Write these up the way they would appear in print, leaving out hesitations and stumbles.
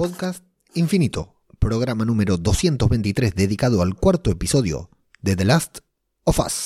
Podcast Infinito, programa número 223 dedicado al cuarto episodio de The Last of Us.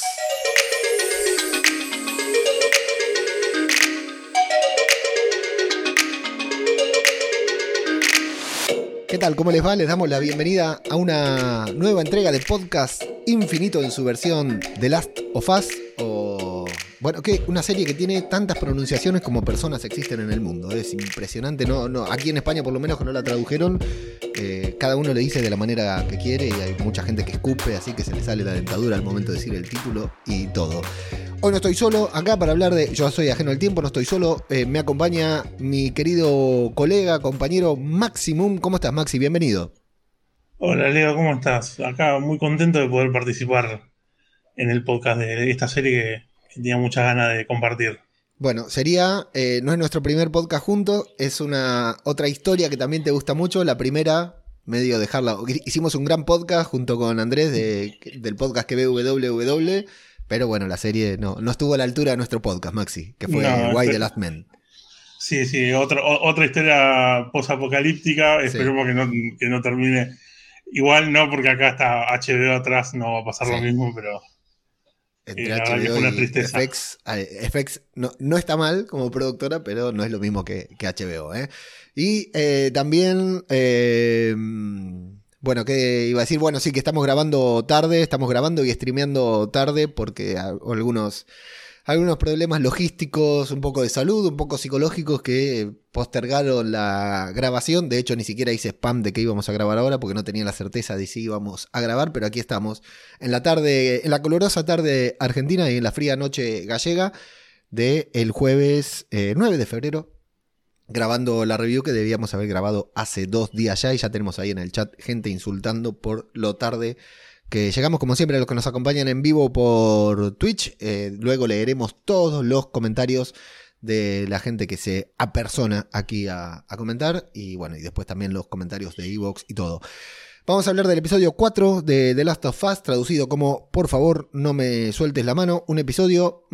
¿Qué tal? ¿Cómo les va? Les damos la bienvenida a una nueva entrega de Podcast Infinito en su versión The Last of Us, bueno, que una serie que tiene tantas pronunciaciones como personas existen en el mundo. Es impresionante. No, aquí en España por lo menos que no la tradujeron, cada uno le dice de la manera que quiere y hay mucha gente que escupe, así que se le sale la dentadura al momento de decir el título y todo. Hoy no estoy solo acá para hablar de Yo soy ajeno al tiempo, no estoy solo. Me acompaña mi querido colega, compañero Maximum. ¿Cómo estás, Maxi? Bienvenido. Hola Leo, ¿cómo estás? Acá muy contento de poder participar en el podcast de esta serie que tenía muchas ganas de compartir. Bueno, no es nuestro primer podcast juntos, es una otra historia que también te gusta mucho. La primera, medio dejarla. Hicimos un gran podcast junto con Andrés del podcast que ve WWW, pero bueno, la serie no estuvo a la altura de nuestro podcast, Maxi, que fue Why the Last Man. Sí, otra historia posapocalíptica, Sí. esperemos que no termine. Igual no, porque acá está HBO atrás, no va a pasar lo mismo, pero Entre la verdad que HBO fue una y tristeza. FX no está mal como productora, pero no es lo mismo que HBO, ¿eh? Y también, bueno, ¿qué iba a decir? Bueno, sí, que estamos grabando y streameando tarde porque algunos problemas logísticos, un poco de salud, un poco psicológicos que postergaron la grabación. De hecho, ni siquiera hice spam de que íbamos a grabar ahora porque no tenía la certeza de si íbamos a grabar, pero aquí estamos en la tarde, en la calurosa tarde argentina y en la fría noche gallega del jueves 9 de febrero, grabando la review que debíamos haber grabado hace 2 días ya, y ya tenemos ahí en el chat gente insultando por lo tarde que llegamos. Como siempre, a los que nos acompañan en vivo por Twitch, luego leeremos todos los comentarios de la gente que se apersona aquí a comentar, y bueno, y después también los comentarios de Evox y todo. Vamos a hablar del episodio 4 de The Last of Us, traducido como Por favor, no me sueltes la mano. Un episodio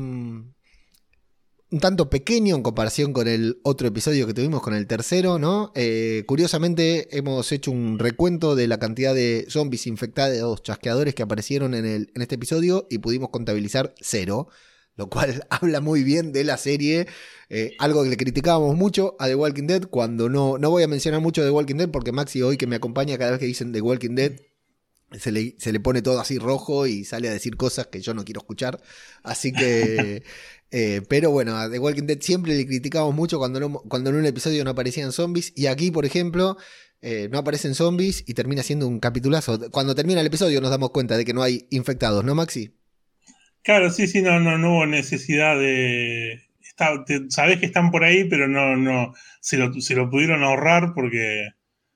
un tanto pequeño en comparación con el otro episodio que tuvimos, con el tercero, ¿no? Curiosamente hemos hecho un recuento de la cantidad de zombies infectados chasqueadores que aparecieron en este episodio y pudimos contabilizar 0, lo cual habla muy bien de la serie. Algo que le criticábamos mucho a The Walking Dead, cuando no voy a mencionar mucho de The Walking Dead porque Maxi, hoy que me acompaña, cada vez que dicen The Walking Dead se le pone todo así rojo y sale a decir cosas que yo no quiero escuchar. Así que pero bueno, a The Walking Dead siempre le criticamos mucho cuando en un episodio no aparecían zombies, y aquí, por ejemplo, no aparecen zombies y termina siendo un capitulazo. Cuando termina el episodio nos damos cuenta de que no hay infectados, ¿no, Maxi? Claro, sí, no hubo necesidad de... sabés que están por ahí, pero no se lo pudieron ahorrar porque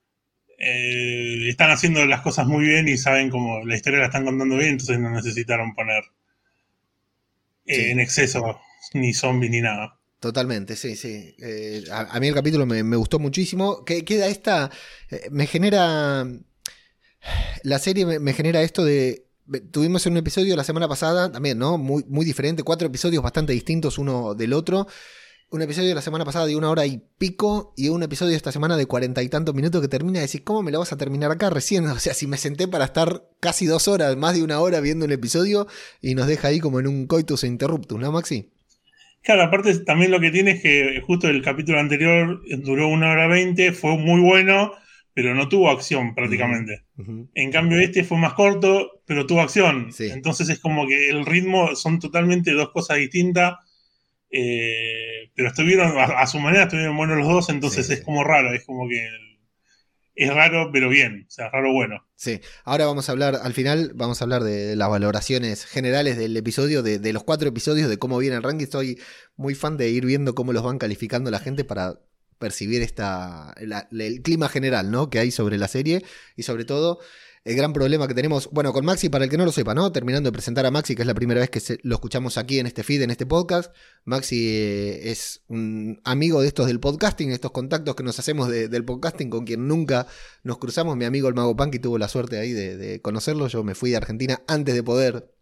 están haciendo las cosas muy bien y saben cómo la historia la están contando bien, entonces no necesitaron poner Sí. en exceso ni zombies ni nada. Totalmente, sí. A mí el capítulo me gustó muchísimo. Que queda me genera... La serie me genera esto de... Tuvimos un episodio la semana pasada, también, ¿no? Muy, muy diferente, 4 episodios bastante distintos uno del otro. Un episodio de la semana pasada de 1 hora y pico, y un episodio esta semana de 40 y tantos minutos que termina de decir, ¿cómo me lo vas a terminar acá recién? O sea, si me senté para estar casi 2 horas, más de 1 hora viendo un episodio, y nos deja ahí como en un coitus interruptus, ¿no, Maxi? Claro, aparte también lo que tiene es que justo el capítulo anterior duró 1 hora 20, fue muy bueno, pero no tuvo acción Uh-huh, prácticamente. uh-huh. En cambio este fue más corto, pero tuvo acción. Sí, Entonces es como que el ritmo son totalmente dos cosas distintas, pero estuvieron, a su manera estuvieron buenos los dos, entonces es sí. como raro, es como que es raro pero bien, o sea, raro bueno. Sí, ahora al final vamos a hablar de las valoraciones generales del episodio, de los 4 episodios, de cómo viene el ranking. Estoy muy fan de ir viendo cómo los van calificando la gente para percibir el clima general, ¿no?, que hay sobre la serie, y sobre todo el gran problema que tenemos, bueno, con Maxi, para el que no lo sepa, ¿no? Terminando de presentar a Maxi, que es la primera vez que lo escuchamos aquí en este feed, en este podcast. Maxi es un amigo de estos del podcasting, estos contactos que nos hacemos del podcasting, con quien nunca nos cruzamos. Mi amigo el Mago Punky tuvo la suerte ahí de conocerlo. Yo me fui de Argentina antes de poder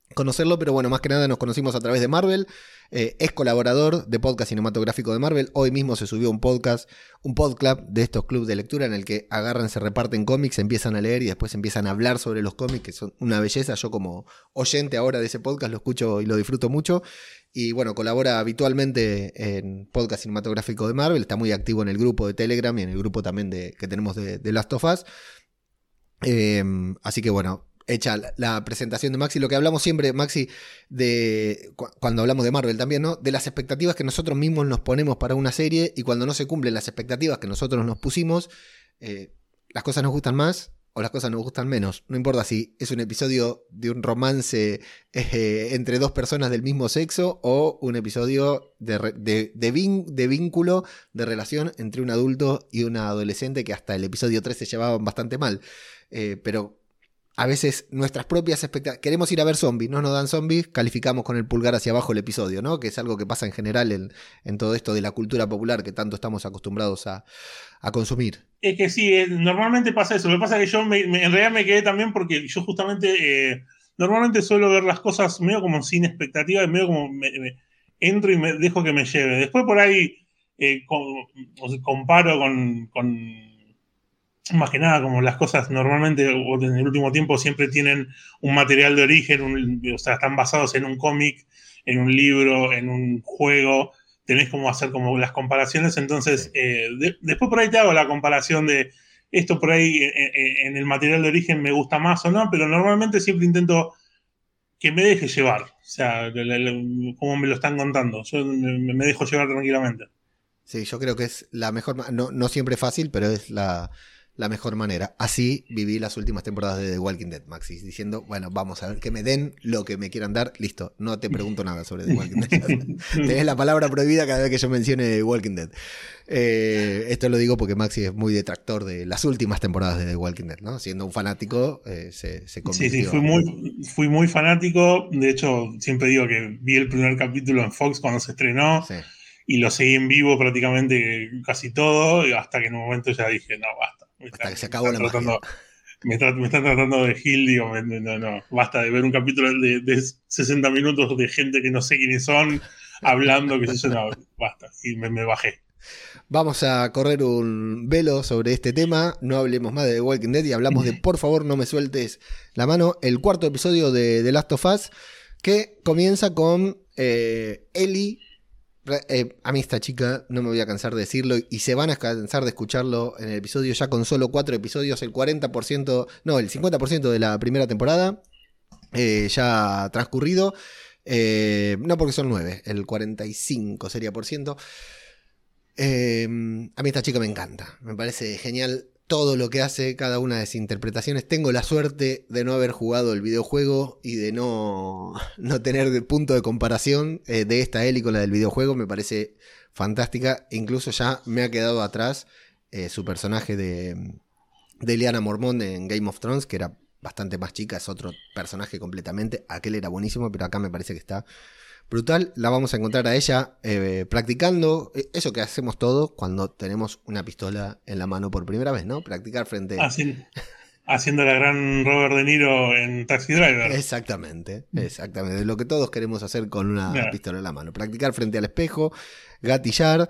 conocerlo, pero bueno, más que nada nos conocimos a través de Marvel. Es colaborador de podcast cinematográfico de Marvel. Hoy mismo se subió un podcast, un podclub de estos clubes de lectura en el que agarran, se reparten cómics, empiezan a leer y después empiezan a hablar sobre los cómics, que son una belleza. Yo como oyente ahora de ese podcast lo escucho y lo disfruto mucho. Y bueno, colabora habitualmente en podcast cinematográfico de Marvel. Está muy activo en el grupo de Telegram y en el grupo también que tenemos de Last of Us. Así que bueno, hecha la presentación de Maxi, lo que hablamos siempre, Maxi, cuando hablamos de Marvel también, ¿no? De las expectativas que nosotros mismos nos ponemos para una serie y cuando no se cumplen las expectativas que nosotros nos pusimos, las cosas nos gustan más o las cosas nos gustan menos. No importa si es un episodio de un romance entre dos personas del mismo sexo o un episodio de vínculo, de relación entre un adulto y una adolescente que hasta el episodio 3 se llevaban bastante mal. Pero a veces nuestras propias expectativas, queremos ir a ver zombies, no nos dan zombies, calificamos con el pulgar hacia abajo el episodio, ¿no? Que es algo que pasa en general en todo esto de la cultura popular que tanto estamos acostumbrados a consumir. Es que sí, normalmente pasa eso. Lo que pasa es que yo en realidad me quedé también porque yo justamente normalmente suelo ver las cosas medio como sin expectativa, medio como entro y me dejo que me lleve. Después por ahí comparo con más que nada, como las cosas normalmente o en el último tiempo siempre tienen un material de origen, o sea, están basados en un cómic, en un libro, en un juego, tenés como hacer como las comparaciones, entonces después por ahí te hago la comparación de esto por ahí en el material de origen me gusta más o no, pero normalmente siempre intento que me deje llevar, o sea, como me lo están contando, yo me dejo llevar tranquilamente. Sí, yo creo que es la mejor, no siempre fácil, pero es la mejor manera. Así viví las últimas temporadas de The Walking Dead, Maxi, diciendo, bueno, vamos a ver que me den lo que me quieran dar, listo, no te pregunto nada sobre The Walking Dead. Tenés la palabra prohibida cada vez que yo mencione The Walking Dead. Esto lo digo porque Maxi es muy detractor de las últimas temporadas de The Walking Dead, ¿no? Siendo un fanático, se convirtió. Sí, fui muy fanático, de hecho, siempre digo que vi el primer capítulo en Fox cuando se estrenó. Sí. Y lo seguí en vivo prácticamente casi todo, hasta que en un momento ya dije, no, basta. Hasta que se acabó la magia. Me están tratando de Gil, digo, no, basta de ver un capítulo de 60 minutos de gente que no sé quiénes son, hablando, que sé yo, no, basta. Y me bajé. Vamos a correr un velo sobre este tema, no hablemos más de The Walking Dead y hablamos de Por favor no me sueltes la mano, el cuarto episodio de The Last of Us, que comienza con Ellie. A mí esta chica, no me voy a cansar de decirlo, y se van a cansar de escucharlo en el episodio ya con solo 4 episodios, el 50% de la primera temporada ya transcurrido, no porque son 9, el 45 sería por ciento. A mí esta chica me encanta, me parece genial todo lo que hace, cada una de sus interpretaciones. Tengo la suerte de no haber jugado el videojuego y de no tener punto de comparación de esta Ellie con la del videojuego. Me parece fantástica. Incluso ya me ha quedado atrás su personaje de Lyanna Mormont en Game of Thrones, que era bastante más chica, es otro personaje completamente. Aquel era buenísimo, pero acá me parece que está brutal. La vamos a encontrar a ella practicando eso que hacemos todos cuando tenemos una pistola en la mano por primera vez, ¿no? Practicar frente haciendo la gran Robert De Niro en Taxi Driver. Exactamente. Lo que todos queremos hacer con una pistola en la mano. Practicar frente al espejo, gatillar.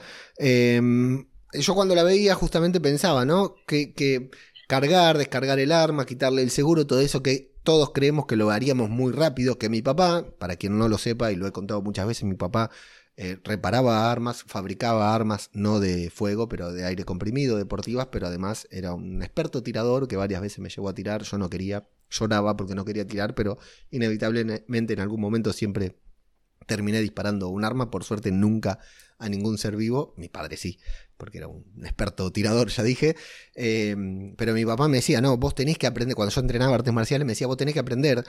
Yo cuando la veía justamente pensaba, ¿no? Que cargar, descargar el arma, quitarle el seguro, todo eso que todos creemos que lo haríamos muy rápido, que mi papá, para quien no lo sepa y lo he contado muchas veces, mi papá reparaba armas, fabricaba armas, no de fuego, pero de aire comprimido, deportivas, pero además era un experto tirador que varias veces me llevó a tirar. Yo no quería, lloraba porque no quería tirar, pero inevitablemente en algún momento siempre terminé disparando un arma. Por suerte nunca a ningún ser vivo, mi padre sí, porque era un experto tirador, ya dije, pero mi papá me decía, no, vos tenés que aprender, cuando yo entrenaba artes marciales me decía, vos tenés que aprender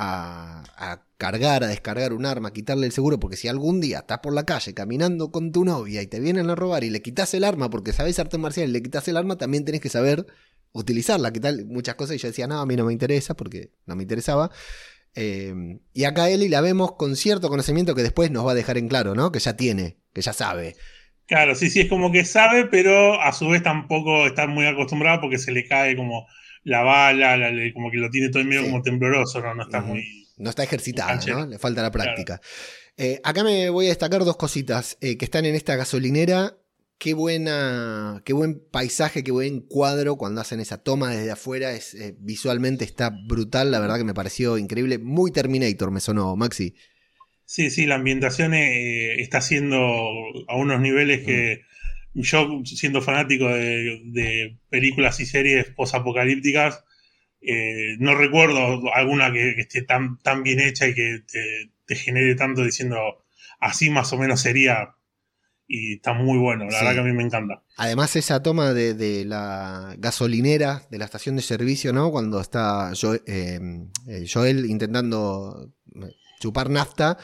a cargar, a descargar un arma, a quitarle el seguro, porque si algún día estás por la calle caminando con tu novia y te vienen a robar y le quitas el arma porque sabés artes marciales y le quitas el arma, también tenés que saber utilizarla, que tal, muchas cosas, y yo decía, no, a mí no me interesa, porque no me interesaba. Y acá Ellie la vemos con cierto conocimiento que después nos va a dejar en claro, ¿no? Que ya tiene, que ya sabe. Claro, sí, es como que sabe, pero a su vez tampoco está muy acostumbrada porque se le cae como la bala, como que lo tiene todo medio como tembloroso, ¿no? No está muy... No está ejercitada, canchero. ¿no? Le falta la práctica. Acá me voy a destacar dos cositas que están en esta gasolinera. Qué buen paisaje, qué buen cuadro cuando hacen esa toma desde afuera. Visualmente está brutal, la verdad que me pareció increíble. Muy Terminator me sonó, Maxi. Sí, sí, la ambientación está siendo a unos niveles que yo, siendo fanático de películas y series posapocalípticas, no recuerdo alguna que esté tan bien hecha y que te genere tanto diciendo así más o menos sería. Y está muy bueno, la verdad que a Sí. mí me encanta. Además, esa toma de la gasolinera, de la estación de servicio, ¿no? Cuando está Joel intentando chupar nafta.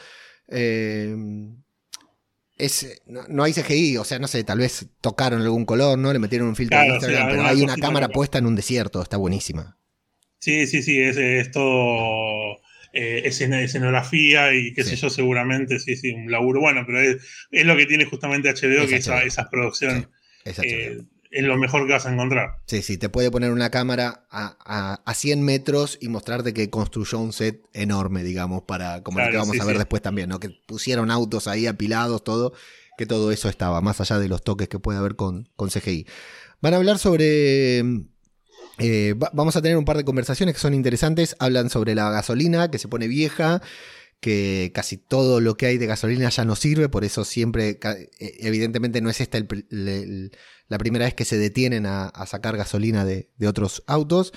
No hay CGI, o sea, no sé, tal vez tocaron algún color, ¿no? Le metieron un filtro de Claro, sí, Instagram, pero alguna hay una cosita cámara loca. puesta en un desierto, está buenísima. Sí, sí, sí, es todo escenografía y qué sé Sí, yo, seguramente, sí, sí, un laburo bueno, pero es lo que tiene justamente HBO, es que HBO. esa Sí, producción es HBO. es lo mejor que vas a encontrar. Sí, sí, te puede poner una cámara a 100 metros y mostrarte que construyó un set enorme, digamos, como lo que Claro, vamos sí, a ver sí. después también, ¿no? Que pusieron autos ahí apilados, todo, que todo eso estaba, más allá de los toques que puede haber con CGI. Van a hablar sobre... vamos a tener un par de conversaciones que son interesantes. Hablan sobre la gasolina que se pone vieja, que casi todo lo que hay de gasolina ya no sirve, por eso siempre, evidentemente no es esta la primera vez que se detienen a sacar gasolina de otros autos.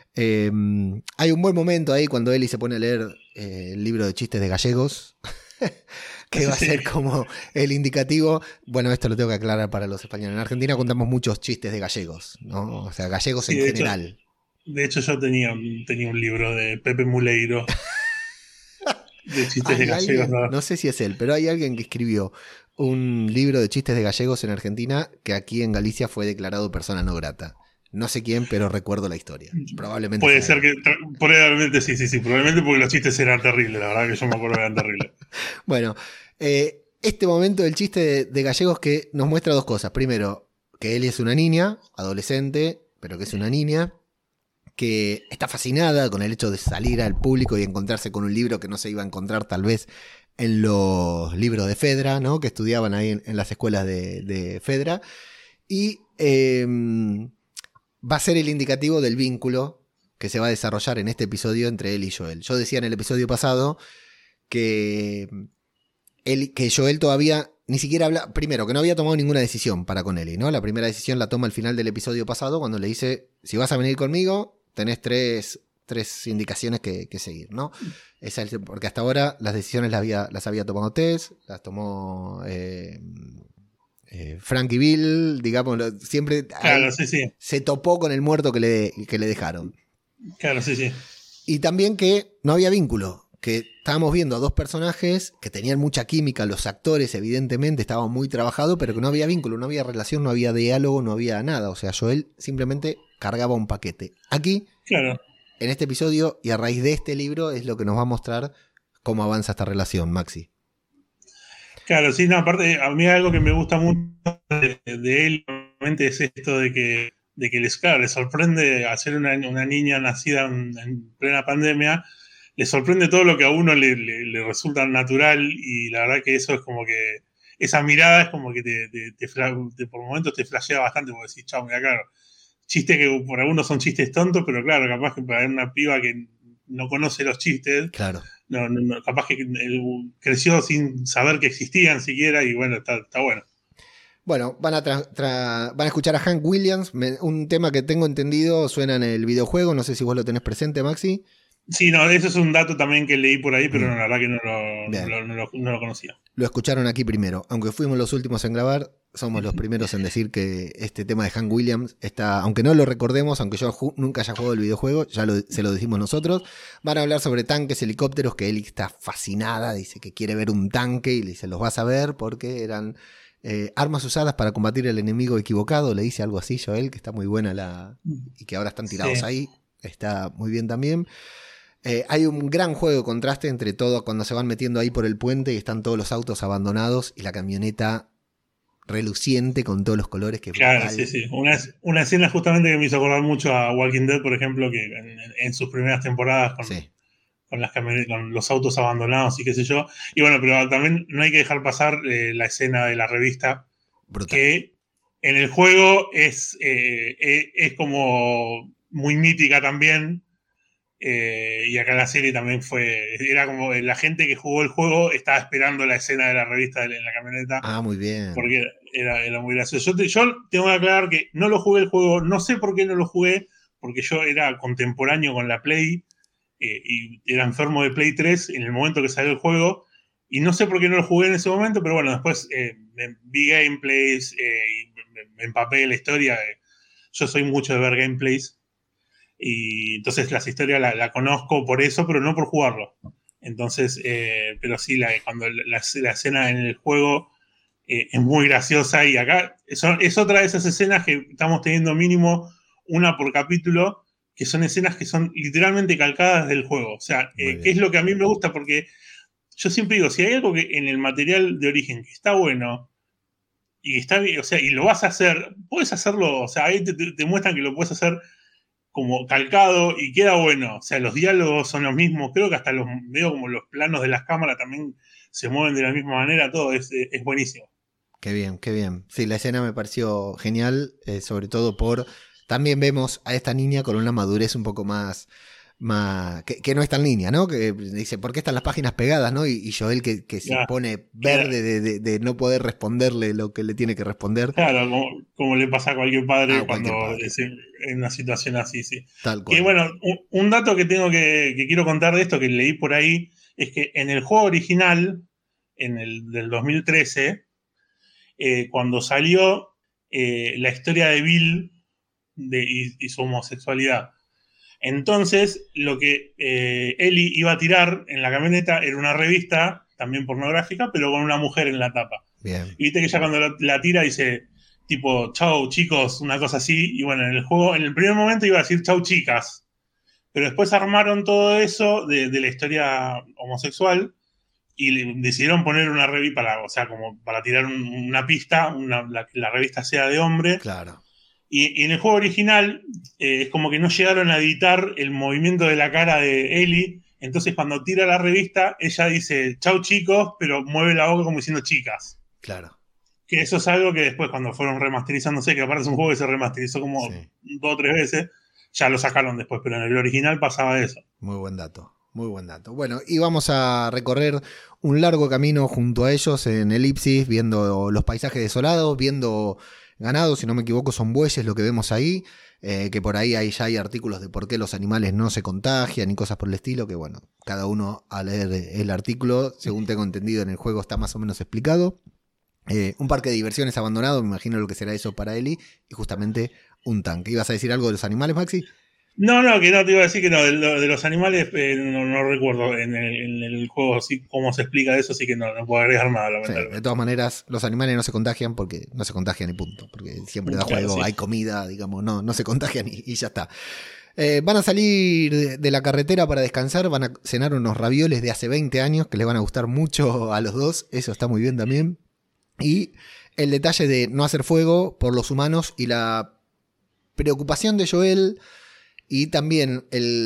Hay un buen momento ahí cuando Eli se pone a leer el libro de chistes de gallegos. Que va a Sí. ser como el indicativo. Bueno, esto lo tengo que aclarar para los españoles. En Argentina contamos muchos chistes de gallegos, ¿no? O sea, gallegos Sí, en general. de hecho yo tenía un libro de Pepe Muleiro de chistes de Hay gallegos, alguien, ¿no? no sé si es él, pero hay alguien que escribió un libro de chistes de gallegos en Argentina que aquí en Galicia fue declarado persona no grata. No sé quién, pero recuerdo la historia. Probablemente Puede sea ser él. que, probablemente sí, sí, sí, probablemente porque los chistes eran terribles, la verdad que yo me acuerdo que eran terribles. Bueno, este momento del chiste de gallegos que nos muestra dos cosas. Primero, que Eli es una niña, adolescente, pero que es una niña, que está fascinada con el hecho de salir al público y encontrarse con un libro que no se iba a encontrar tal vez en los libros de Fedra, ¿no? Que estudiaban ahí en las escuelas de Fedra. Y va a ser el indicativo del vínculo que se va a desarrollar en este episodio entre él y Joel. Yo decía en el episodio pasado que que Joel todavía ni siquiera habla, primero, que no había tomado ninguna decisión para con Ellie, ¿no? La primera decisión la toma al final del episodio pasado cuando le dice, si vas a venir conmigo, tenés tres indicaciones que seguir, ¿no? Porque hasta ahora las decisiones las había tomado Tess, las tomó Frank y Bill, digamos, siempre Claro, ahí sí, sí, se topó con el muerto que le dejaron. claro, sí, sí. Y también que no había vínculo, que estábamos viendo a dos personajes que tenían mucha química, los actores evidentemente estaban muy trabajados, pero que no había vínculo, no había relación, no había diálogo, no había nada. O sea, Joel simplemente cargaba un paquete. Aquí, Claro, en este episodio y a raíz de este libro, es lo que nos va a mostrar cómo avanza esta relación, Maxi. claro, sí, no, aparte, a mí algo que me gusta mucho de él, obviamente, es esto claro, le sorprende hacer una niña nacida en plena pandemia, le sorprende todo lo que a uno le resulta natural y la verdad que eso es como que, esa mirada es como que por momentos te flashea bastante porque decís, chao, mira, claro, chistes que por algunos son chistes tontos, pero claro, capaz que para una piba que no conoce los chistes, Claro. capaz que él creció sin saber que existían siquiera y bueno, está bueno. Bueno, van a escuchar a Hank Williams, un tema que tengo entendido suena en el videojuego, no sé si vos lo tenés presente, Maxi. Sí, no, eso es un dato también que leí por ahí, pero no, la verdad que Bien. no lo conocía. Lo escucharon aquí primero. Aunque fuimos los últimos en grabar, somos los primeros en decir que este tema de Hank Williams está, aunque no lo recordemos, aunque yo nunca haya jugado el videojuego, se lo decimos nosotros. Van a hablar sobre tanques, helicópteros, que Ellie está fascinada, dice que quiere ver un tanque y le dice, los vas a ver porque eran armas usadas para combatir al enemigo equivocado, le dice algo así Joel, que está muy buena y que ahora están tirados Sí. ahí. Está muy bien también. Hay un gran juego de contraste entre todo cuando se van metiendo ahí por el puente y están todos los autos abandonados y la camioneta reluciente con todos los colores que es Claro, brutal. sí, sí. Una escena justamente que me hizo acordar mucho a Walking Dead, por ejemplo, que en sus primeras temporadas Sí. con los autos abandonados y qué sé yo. Y bueno, pero también no hay que dejar pasar la escena de la revista, Brutal. que en el juego es como muy mítica también. Y acá en la serie también era como la gente que jugó el juego estaba esperando la escena de la revista en la camioneta, Ah, muy bien. porque era muy gracioso. Yo tengo que aclarar que no lo jugué el juego, no sé por qué no lo jugué, porque yo era contemporáneo con la Play, y era enfermo de Play 3 en el momento que salió el juego, y no sé por qué no lo jugué en ese momento, pero bueno, después vi gameplays, y me empapé de la historia. Yo soy mucho de ver gameplays, y entonces las historias la conozco por eso, pero no por jugarlo. Entonces, pero sí, cuando la escena en el juego es muy graciosa, y acá es otra de esas escenas que estamos teniendo mínimo una por capítulo, que son escenas que son literalmente calcadas del juego. O sea, que es lo que a mí me gusta, porque yo siempre digo, si hay algo que en el material de origen que está bueno y está bien, o sea, y lo vas a hacer, puedes hacerlo, o sea, ahí te muestran que lo puedes hacer como calcado y queda bueno. O sea, los diálogos son los mismos. Creo que hasta veo como los planos de las cámaras también se mueven de la misma manera. Todo es buenísimo. Qué bien, qué bien. Sí, la escena me pareció genial, sobre todo por... También vemos a esta niña con una madurez un poco más que no es tan niña, ¿no? Que dice, ¿por qué están las páginas pegadas, no? Y Joel que se Ya, pone queda, verde de no poder responderle lo que le tiene que responder claro, como le pasa a cualquier a padre cualquier cuando padre. es en una situación así, sí. Tal Que cual. bueno, un dato que tengo que quiero contar de esto, que leí por ahí, es que en el juego original, en el del 2013, cuando salió la historia de Bill y su homosexualidad. Entonces, lo que Ellie iba a tirar en la camioneta era una revista, también pornográfica, pero con una mujer en la tapa. Bien, Y viste que ya cuando la tira dice, tipo, chau chicos, una cosa así. Y bueno, en el juego, en el primer momento iba a decir chau chicas. Pero después armaron todo eso de la historia homosexual y decidieron poner una revista, o sea, como para tirar una pista, la revista sea de hombre. claro, Y en el juego original es como que no llegaron a editar el movimiento de la cara de Ellie. Entonces cuando tira la revista, ella dice chau chicos, pero mueve la boca como diciendo chicas. claro. Que eso es algo que después cuando fueron remasterizándose, que aparte es un juego que se remasterizó como Sí, 2 o 3 veces, ya lo sacaron después, pero en el original pasaba eso. muy buen dato. Muy buen dato. Bueno, y vamos a recorrer un largo camino junto a ellos en elipsis, viendo los paisajes desolados, viendo ganado, si no me equivoco, son bueyes lo que vemos ahí, que por ahí ya hay artículos de por qué los animales no se contagian y cosas por el estilo, que bueno, cada uno al leer el artículo, según tengo entendido en el juego está más o menos explicado. Un parque de diversiones abandonado, me imagino lo que será eso para Eli, y justamente un tanque. ¿Ibas a decir algo de los animales, Maxi? No, que no, te iba a decir que no, de los animales no recuerdo en el juego así cómo se explica eso, así que no puedo agregar nada, Sí, de lamentablemente. todas maneras, los animales no se contagian porque no se contagian y punto. Porque siempre da Claro, juego, sí. hay comida, digamos, no se contagian y ya está. Van a salir de la carretera para descansar, van a cenar unos ravioles de hace 20 años que les van a gustar mucho a los dos, eso está muy bien también. Y el detalle de no hacer fuego por los humanos y la preocupación de Joel y también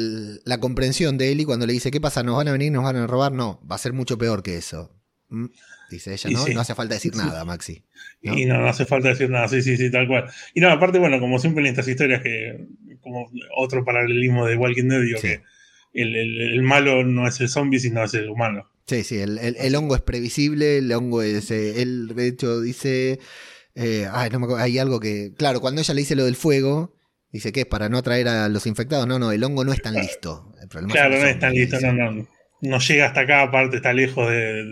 la comprensión de Ellie cuando le dice, ¿qué pasa? ¿Nos van a venir? ¿Nos van a robar? No, va a ser mucho peor que eso. ¿Mm? Dice ella, Y ¿no? No sí. hace falta decir nada, Maxi. Y ¿No? no hace falta decir nada, sí, tal cual. Y no, aparte, bueno, como siempre en estas historias, que como otro paralelismo de Walking Dead, digo Sí. que el malo no es el zombie, sino es el humano. Sí, sí, el Así. hongo es previsible, el hongo es... él, de hecho, dice... no me acuerdo, hay algo que... Claro, cuando ella le dice lo del fuego, dice que es para no atraer a los infectados. No, el hongo no es tan listo. El problema son Claro, los no es tan zombies, le listo, dice. no llega hasta acá, aparte está lejos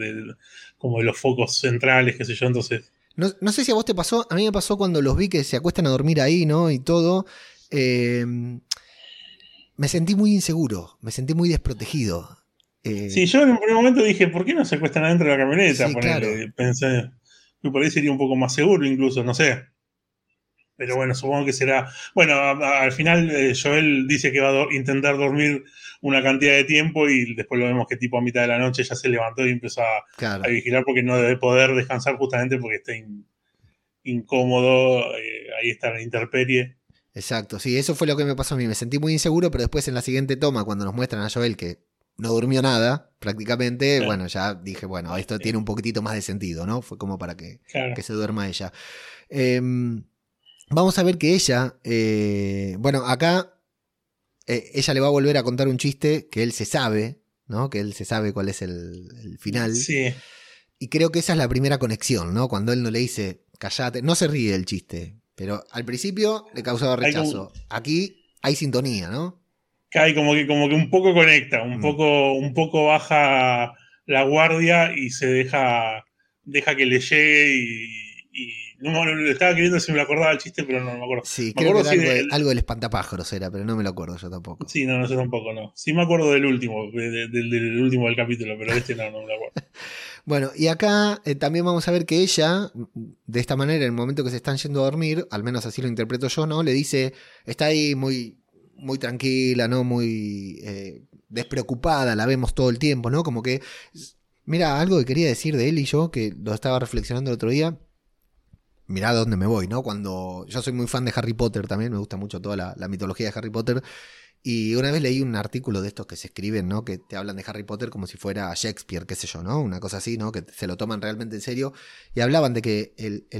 como de los focos centrales, qué sé yo, entonces. No sé si a vos te pasó, a mí me pasó cuando los vi que se acuestan a dormir ahí, ¿no? Y todo. eh, Me sentí muy inseguro, me sentí muy desprotegido. Sí, Eh, yo en un primer momento dije, ¿por qué no se cuestan adentro de la camioneta? sí, claro. Ponele, pensé que por ahí sería un poco más seguro, incluso, no sé. Pero bueno, supongo que será. Bueno, al final Joel dice que va a intentar dormir una cantidad de tiempo, y después lo vemos que tipo a mitad de la noche ya se levantó y empezó a Claro, vigilar, porque no debe poder descansar justamente porque está incómodo. Ahí está la intemperie. exacto. Sí, eso fue lo que me pasó a mí. Me sentí muy inseguro, pero después en la siguiente toma, cuando nos muestran a Joel que no durmió nada, prácticamente. Claro, Bueno, ya dije, bueno, esto tiene un poquitito más de sentido, ¿no? Fue como para claro. que se duerma ella. Vamos a ver que ella, bueno, acá ella le va a volver a contar un chiste que él se sabe, ¿no? Que él se sabe cuál es el final. Sí. Y creo que esa es la primera conexión, ¿no? Cuando él no le dice, callate, no se ríe del chiste, pero al principio le causaba Hay como, rechazo. Aquí hay sintonía, ¿no? hay como que un poco conecta, Mm. un poco baja la guardia y deja que le llegue no, estaba queriendo si me lo acordaba el chiste, pero no me acuerdo. Sí, Me creo que acuerdo era si algo del espantapájaros era, pero no me lo acuerdo yo tampoco. sí, no, yo tampoco, no. Sí me acuerdo del último, del último del capítulo, pero de este no me lo acuerdo. Bueno, y acá también vamos a ver que ella, de esta manera, en el momento que se están yendo a dormir, al menos así lo interpreto yo, ¿no? Le dice, está ahí muy, muy tranquila, ¿no? Muy despreocupada, la vemos todo el tiempo, ¿no? Como que, mira, algo que quería decir de él y yo, que lo estaba reflexionando el otro día, mirá a dónde me voy, ¿no? Cuando yo soy muy fan de Harry Potter también, me gusta mucho toda la mitología de Harry Potter. Y una vez leí un artículo de estos que se escriben, ¿no? Que te hablan de Harry Potter como si fuera Shakespeare, qué sé yo, ¿no? Una cosa así, ¿no? Que se lo toman realmente en serio. Y hablaban de que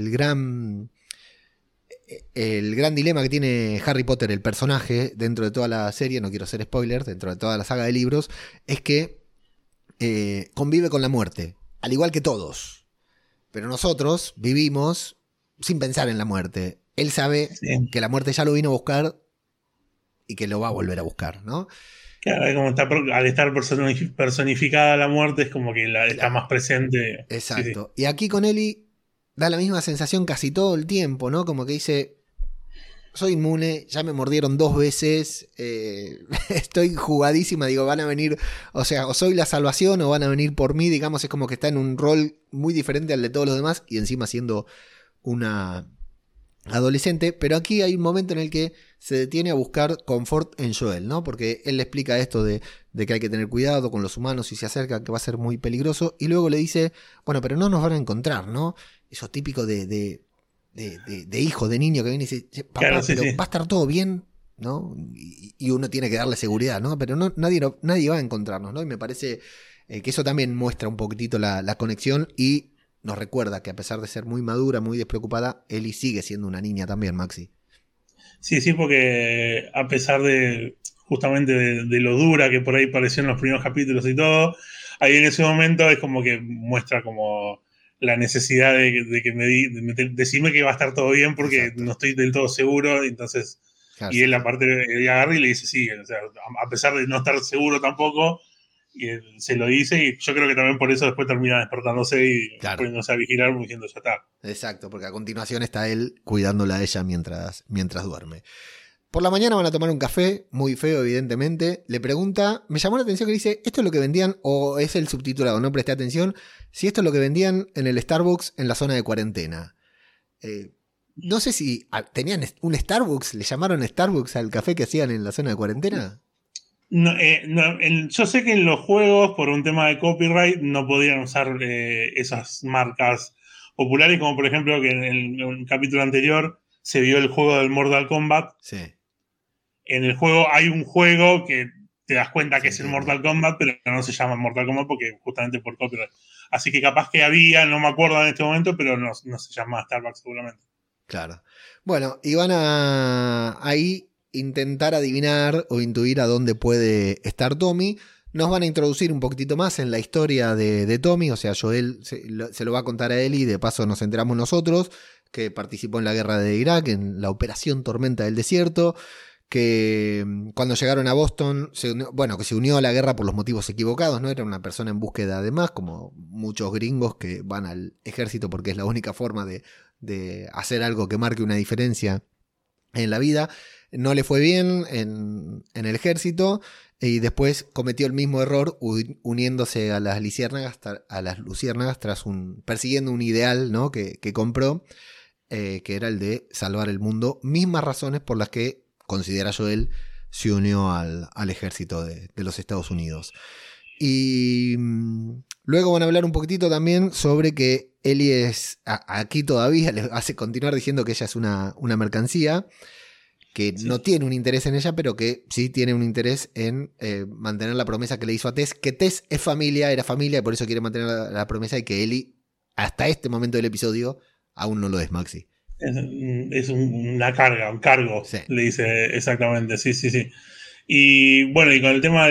el gran dilema que tiene Harry Potter, el personaje, dentro de toda la serie, no quiero ser spoiler, dentro de toda la saga de libros, es que convive con la muerte, al igual que todos. Pero nosotros vivimos sin pensar en la muerte. Él sabe Sí. que la muerte ya lo vino a buscar y que lo va a volver a buscar, ¿no? Claro, es como al estar personificada la muerte, es como que está Claro. más presente. Sí, sí. Exacto. Y aquí con Ellie da la misma sensación casi todo el tiempo, ¿no? Como que dice, soy inmune, ya me mordieron 2 veces, estoy jugadísima, digo, van a venir, o sea, o soy la salvación o van a venir por mí, digamos, es como que está en un rol muy diferente al de todos los demás y encima siendo una adolescente, pero aquí hay un momento en el que se detiene a buscar confort en Joel, ¿no? Porque él le explica esto de que hay que tener cuidado con los humanos si se acerca, que va a ser muy peligroso, y luego le dice, bueno, pero no nos van a encontrar, ¿no? Eso típico de hijo, de niño que viene y dice, "Che, Claro, papá, sí, pero sí. va a estar todo bien, ¿no? Y uno tiene que darle seguridad, ¿no? Pero no, nadie va a encontrarnos, ¿no? Y me parece que eso también muestra un poquitito la conexión y nos recuerda que a pesar de ser muy madura, muy despreocupada, Ellie sigue siendo una niña también, Maxi. Sí, sí, porque a pesar de justamente de lo dura que por ahí pareció en los primeros capítulos y todo, ahí en ese momento es como que muestra como la necesidad de que decirme que va a estar todo bien porque Exacto. no estoy del todo seguro, entonces, Claro, y sí, él sí. aparte le agarra y le dice sí, o sea, a pesar de no estar seguro tampoco, y él se lo dice y yo creo que también por eso después termina despertándose y Claro, poniéndose a vigilar diciendo ya está. exacto, porque a continuación está él cuidándola a ella mientras duerme. Por la mañana van a tomar un café, muy feo evidentemente. Le pregunta, me llamó la atención que dice, ¿esto es lo que vendían o es el subtitulado? No presté atención. Si esto es lo que vendían en el Starbucks en la zona de cuarentena. Eh, no sé si tenían un Starbucks, le llamaron Starbucks al café que hacían en la zona de cuarentena. No, yo sé que en los juegos, por un tema de copyright, no podían usar esas marcas populares, como por ejemplo que en un capítulo anterior se vio el juego del Mortal Kombat. Sí, En el juego hay un juego que te das cuenta se que es el entiende. Mortal Kombat, pero no se llama Mortal Kombat porque justamente por copyright. Así que capaz que había, no me acuerdo en este momento, pero no se llama Starbucks seguramente. Claro. Bueno, y van a ahí intentar adivinar o intuir a dónde puede estar Tommy. Nos van a introducir un poquitito más en la historia de Tommy, o sea, Joel se lo va a contar a él y de paso nos enteramos nosotros que participó en la guerra de Irak, en la operación Tormenta del Desierto, que cuando llegaron a Boston, bueno, que se unió a la guerra por los motivos equivocados, ¿no? Era una persona en búsqueda de más, como muchos gringos que van al ejército porque es la única forma de hacer algo que marque una diferencia en la vida. No le fue bien en el ejército y después cometió el mismo error uniéndose a las luciérnagas tras persiguiendo un ideal, ¿no? que compró, que era el de salvar el mundo. Mismas razones por las que considera Joel se unió al ejército de los Estados Unidos. Y luego van a hablar un poquitito también sobre que Ellie es, aquí todavía le hace continuar diciendo que ella es una mercancía, que no tiene un interés en ella, pero que sí tiene un interés en mantener la promesa que le hizo a Tess, que Tess es familia, era familia, y por eso quiere mantener la promesa, y que Ellie, hasta este momento del episodio, aún no lo es, Maxi. Es una carga, un cargo, Sí. le dice exactamente, sí. Y bueno, y con el tema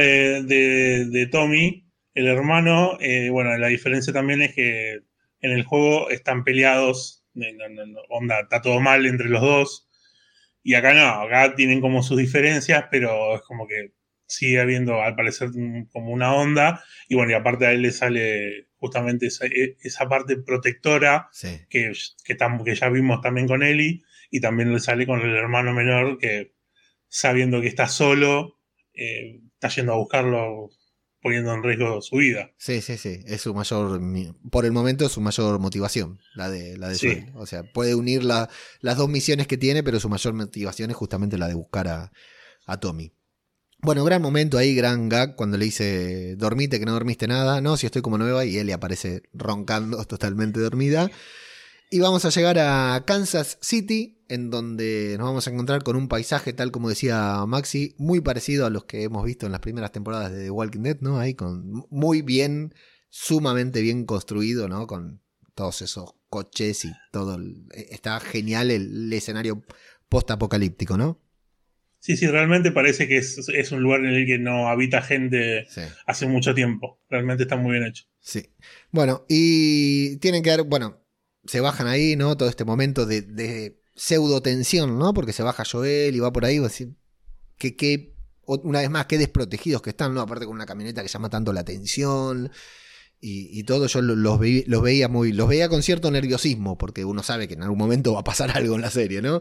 de Tommy, el hermano, bueno, la diferencia también es que en el juego están peleados, onda, está todo mal entre los dos, y acá no, acá tienen como sus diferencias, pero es como que sigue habiendo, al parecer, como una onda, y bueno, y aparte a él le sale justamente esa parte protectora Sí. que ya vimos también con Ellie, y también le sale con el hermano menor que, sabiendo que está solo, está yendo a buscarlo, poniendo en riesgo su vida. Sí. Es su mayor, por el momento, es su mayor motivación, la de Sí. Joel. O sea, puede unir las dos misiones que tiene, pero su mayor motivación es justamente la de buscar a Tommy. Bueno, gran momento ahí, gran gag, cuando le dice, dormite que no dormiste nada. No, si estoy como nueva, y él le aparece roncando, totalmente dormida. Y vamos a llegar a Kansas City, en donde nos vamos a encontrar con un paisaje, tal como decía Maxi, muy parecido a los que hemos visto en las primeras temporadas de The Walking Dead, ¿no? Ahí con muy bien, sumamente bien construido, ¿no? Con todos esos coches y todo. Está genial el escenario post-apocalíptico, ¿no? Sí, realmente parece que es un lugar en el que no habita gente hace mucho tiempo. Realmente está muy bien hecho. Sí. Bueno, y tienen que dar, bueno, se bajan ahí, ¿no? Todo este momento de pseudo tensión, ¿no? Porque se baja Joel y va por ahí, va a decir que una vez más, qué desprotegidos que están, ¿no? Aparte con una camioneta que llama tanto la atención y todo, yo los veía con cierto nerviosismo, porque uno sabe que en algún momento va a pasar algo en la serie, ¿no?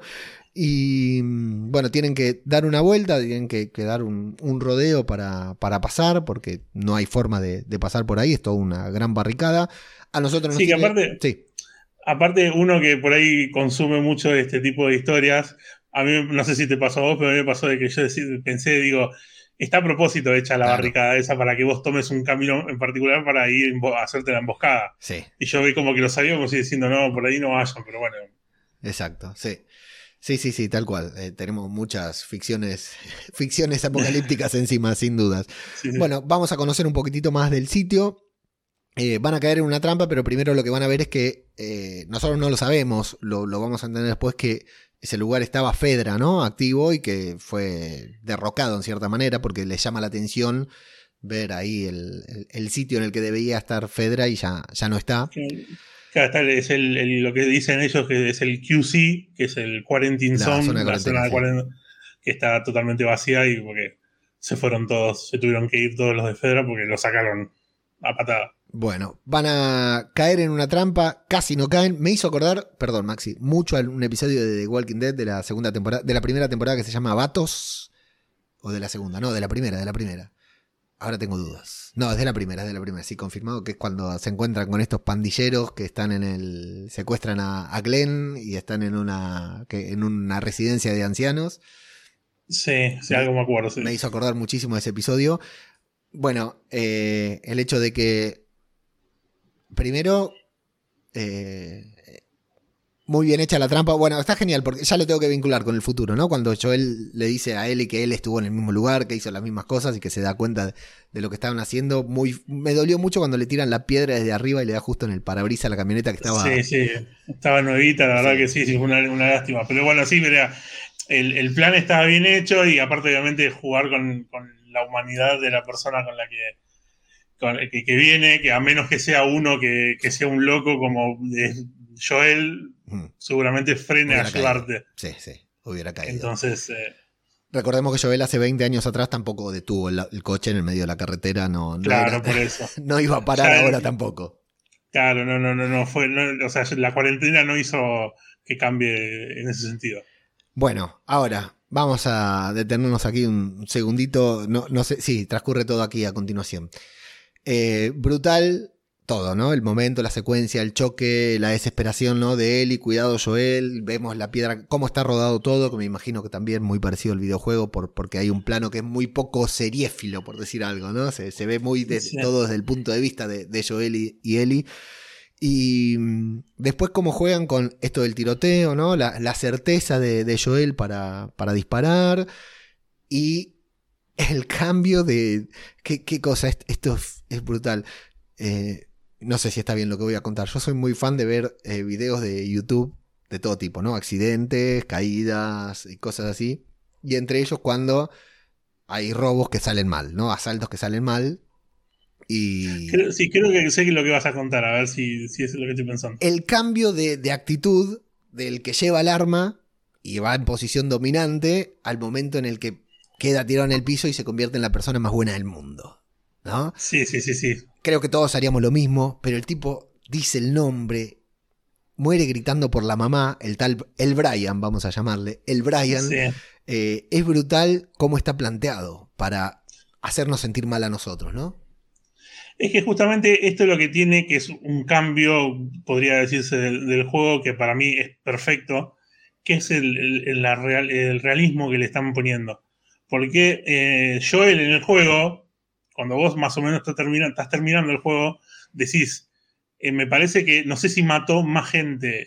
Y bueno, tienen que dar una vuelta, tienen que dar un rodeo para pasar, porque no hay forma de pasar por ahí, es toda una gran barricada. A nosotros nos Sí, que tiene... aparte, Sí. aparte uno que por ahí consume mucho de este tipo de historias, a mí no sé si te pasó a vos, pero a mí me pasó de que yo pensé, digo, está a propósito hecha la Claro. barricada esa para que vos tomes un camino en particular para ir a hacerte la emboscada. Sí. Y yo vi como que lo sabía, como si diciendo, no, por ahí no vayan, pero bueno. Exacto, sí. Sí, tal cual. Tenemos muchas ficciones apocalípticas encima, sin dudas. Sí. Bueno, vamos a conocer un poquitito más del sitio. Van a caer en una trampa, pero primero lo que van a ver es que nosotros no lo sabemos, lo vamos a entender después, que ese lugar estaba Fedra, ¿no? Activo, y que fue derrocado en cierta manera, porque les llama la atención ver ahí el sitio en el que debía estar Fedra y ya no está. Claro, es lo que dicen ellos, que es el QC, que es el Quarantine Zone, la zona de cuarentena, que está totalmente vacía, y porque se tuvieron que ir todos los de Fedra porque lo sacaron a patada. Bueno, van a caer en una trampa, casi no caen. Me hizo acordar, perdón Maxi, mucho a un episodio de The Walking Dead de la segunda temporada, de la primera temporada, que se llama Vatos. O de la segunda, no, de la primera. Ahora tengo dudas. No, es de la primera, sí, confirmado, que es cuando se encuentran con estos pandilleros que están secuestran a Glenn y están en una residencia de ancianos. Sí, algo me acuerdo. Sí. Me hizo acordar muchísimo de ese episodio. Bueno, el hecho de que primero, muy bien hecha la trampa. Bueno, está genial porque ya lo tengo que vincular con el futuro, ¿no? Cuando Joel le dice a Ellie que él estuvo en el mismo lugar, que hizo las mismas cosas y que se da cuenta de lo que estaban haciendo. Me dolió mucho cuando le tiran la piedra desde arriba y le da justo en el parabrisas a la camioneta que estaba... Sí, estaba nuevita, la verdad que sí, fue una lástima. Pero bueno, sí, mira, el plan estaba bien hecho, y aparte obviamente jugar con la humanidad de la persona con la que viene, que a menos que sea uno que sea un loco como Joel, seguramente frene a ayudarte. Sí, hubiera caído. Entonces... recordemos que Joel hace 20 años atrás tampoco detuvo el coche en el medio de la carretera. Claro, por eso. No iba a parar ahora tampoco. Claro, no fue... o sea, la cuarentena no hizo que cambie en ese sentido. Bueno, ahora vamos a detenernos aquí un segundito. No sé, sí, transcurre todo aquí a continuación. Brutal todo, ¿no? El momento, la secuencia, el choque, la desesperación, ¿no? De Ellie, cuidado Joel, vemos la piedra, cómo está rodado todo, que me imagino que también muy parecido al videojuego, porque hay un plano que es muy poco seriéfilo, por decir algo, ¿no? Se ve muy todo desde el punto de vista de Joel y Ellie. Y después cómo juegan con esto del tiroteo, ¿no? La certeza de Joel para disparar. Y el cambio de... ¿Qué cosa? Esto es brutal. No sé si está bien lo que voy a contar. Yo soy muy fan de ver videos de YouTube de todo tipo, ¿no? Accidentes, caídas y cosas así. Y entre ellos cuando hay robos que salen mal, ¿no? Asaltos que salen mal. Y Sí, creo que sé lo que vas a contar, a ver si eso es lo que estoy pensando. el cambio de actitud del que lleva el arma y va en posición dominante al momento en el que queda tirado en el piso y se convierte en la persona más buena del mundo, ¿no? Sí. Creo que todos haríamos lo mismo, pero el tipo dice el nombre, muere gritando por la mamá, el Brian, vamos a llamarle, el Brian. Sí. Es brutal cómo está planteado para hacernos sentir mal a nosotros, ¿no? Es que justamente esto es lo que tiene, que es un cambio, podría decirse, del juego que para mí es perfecto, que es el realismo que le están poniendo. Porque Joel en el juego, cuando vos más o menos estás terminando el juego, decís, me parece que no sé si mató más gente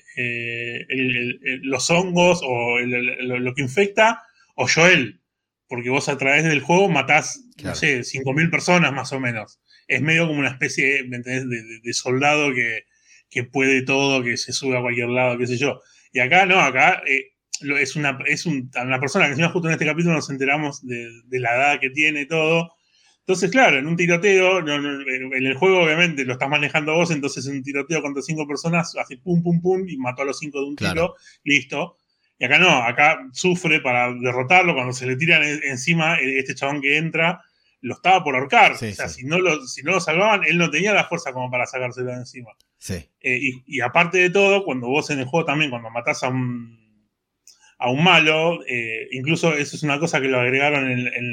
los hongos o lo que infecta, o Joel. Porque vos a través del juego matás, Claro. no sé, 5.000 personas más o menos. Es medio como una especie, ¿me entendés? De soldado que puede todo, que se sube a cualquier lado, qué sé yo. Y acá no, acá es una persona que encima justo en este capítulo nos enteramos de la edad que tiene y todo. Entonces, claro, en un tiroteo, en el juego obviamente lo estás manejando vos, entonces en un tiroteo contra 5 personas hace pum, pum, pum y mató a los 5 de un tiro, Claro. listo. Y acá no, acá sufre para derrotarlo, cuando se le tiran encima, este chabón que entra, lo estaba por ahorcar. Sí, o sea, sí. si no lo salvaban, él no tenía la fuerza como para sacárselo de encima. Sí. Y aparte de todo, cuando vos en el juego también, cuando matás a un malo, incluso eso es una cosa que lo agregaron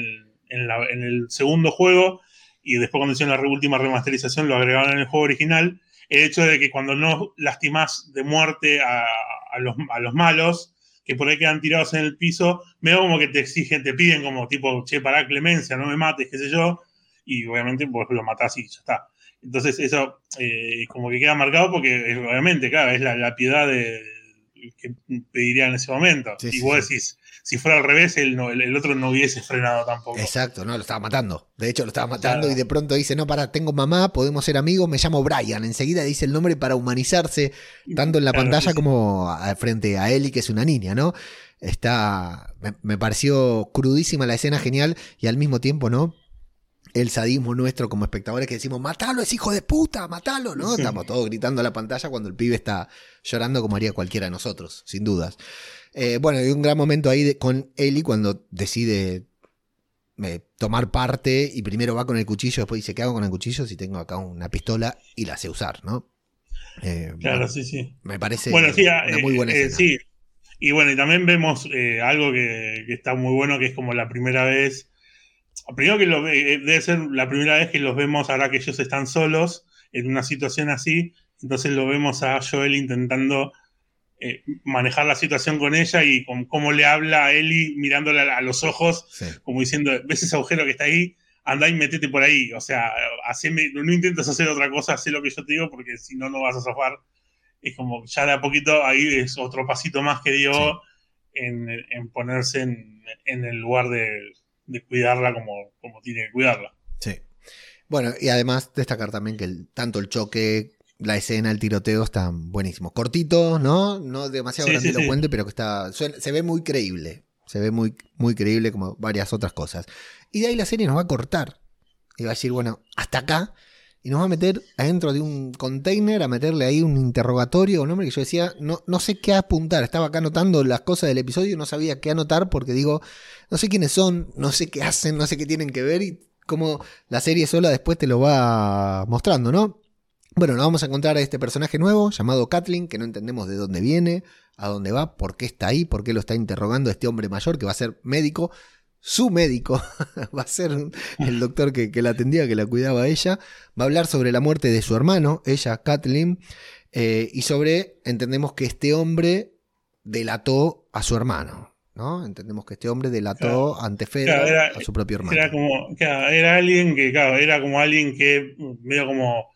en el segundo juego, y después cuando hicieron la última remasterización lo agregaron en el juego original, el hecho de que cuando no lastimás de muerte a los malos, que por ahí quedan tirados en el piso, veo como que te exigen, te piden como tipo, che, pará, clemencia, no me mates, qué sé yo, y obviamente vos lo matás y ya está. Entonces eso como que queda marcado porque obviamente, claro, es la piedad que pediría en ese momento. Sí, y sí, vos sí. decís, si fuera al revés, el otro no hubiese frenado tampoco. Exacto, no, lo estaba matando. De hecho, lo estaba matando y Claro. de pronto dice, no, pará, tengo mamá, podemos ser amigos, me llamo Brian. Enseguida dice el nombre para humanizarse, tanto en la Claro, pantalla sí. como frente a Ellie, que es una niña, ¿no? Me pareció crudísima la escena, genial, y al mismo tiempo, ¿no? El sadismo nuestro como espectadores que decimos, matalo, es hijo de puta, matalo, ¿no? Sí. Estamos todos gritando a la pantalla cuando el pibe está llorando como haría cualquiera de nosotros, sin dudas. Bueno, hay un gran momento ahí con Ellie cuando decide tomar parte y primero va con el cuchillo, después dice, ¿qué hago con el cuchillo si tengo acá una pistola y la sé usar, ¿no? Claro, Bueno, sí. me parece Bueno, sí, una muy buena escena. sí. Y bueno, y también vemos algo que está muy bueno, que es como la primera vez. Primero que debe ser la primera vez que los vemos ahora que ellos están solos en una situación así. Entonces lo vemos a Joel intentando manejar la situación con ella y con cómo le habla a Ellie mirándole a los ojos, Sí. como diciendo, ¿ves ese agujero que está ahí? Andá y metete por ahí. O sea, no intentes hacer otra cosa, haz lo que yo te digo, porque si no, no vas a zafar. Es como ya de a poquito ahí es otro pasito más que dio Sí. en ponerse en el lugar de cuidarla como tiene que cuidarla. Sí. Bueno, y además destacar también que tanto el choque, la escena, el tiroteo están buenísimos. Cortitos, ¿no? No demasiado Sí. grandilocuente, pero que se ve muy creíble. Se ve muy, muy creíble como varias otras cosas. Y de ahí la serie nos va a cortar. Y va a decir, bueno, hasta acá. Y nos va a meter adentro de un container, a meterle ahí un interrogatorio o nombre que yo decía, no sé qué apuntar. Estaba acá anotando las cosas del episodio y no sabía qué anotar porque digo, no sé quiénes son, no sé qué hacen, no sé qué tienen que ver y cómo la serie sola después te lo va mostrando, ¿no? Bueno, nos vamos a encontrar a este personaje nuevo llamado Kathleen, que no entendemos de dónde viene, a dónde va, por qué está ahí, por qué lo está interrogando este hombre mayor que va a ser médico. Su médico va a ser el doctor que la atendía, que la cuidaba a ella. Va a hablar sobre la muerte de su hermano, ella, Kathleen, y sobre, entendemos que este hombre delató a su hermano, ¿no? Entendemos que este hombre delató ante Fedra a su propio hermano. Era alguien que, claro, era como alguien que medio como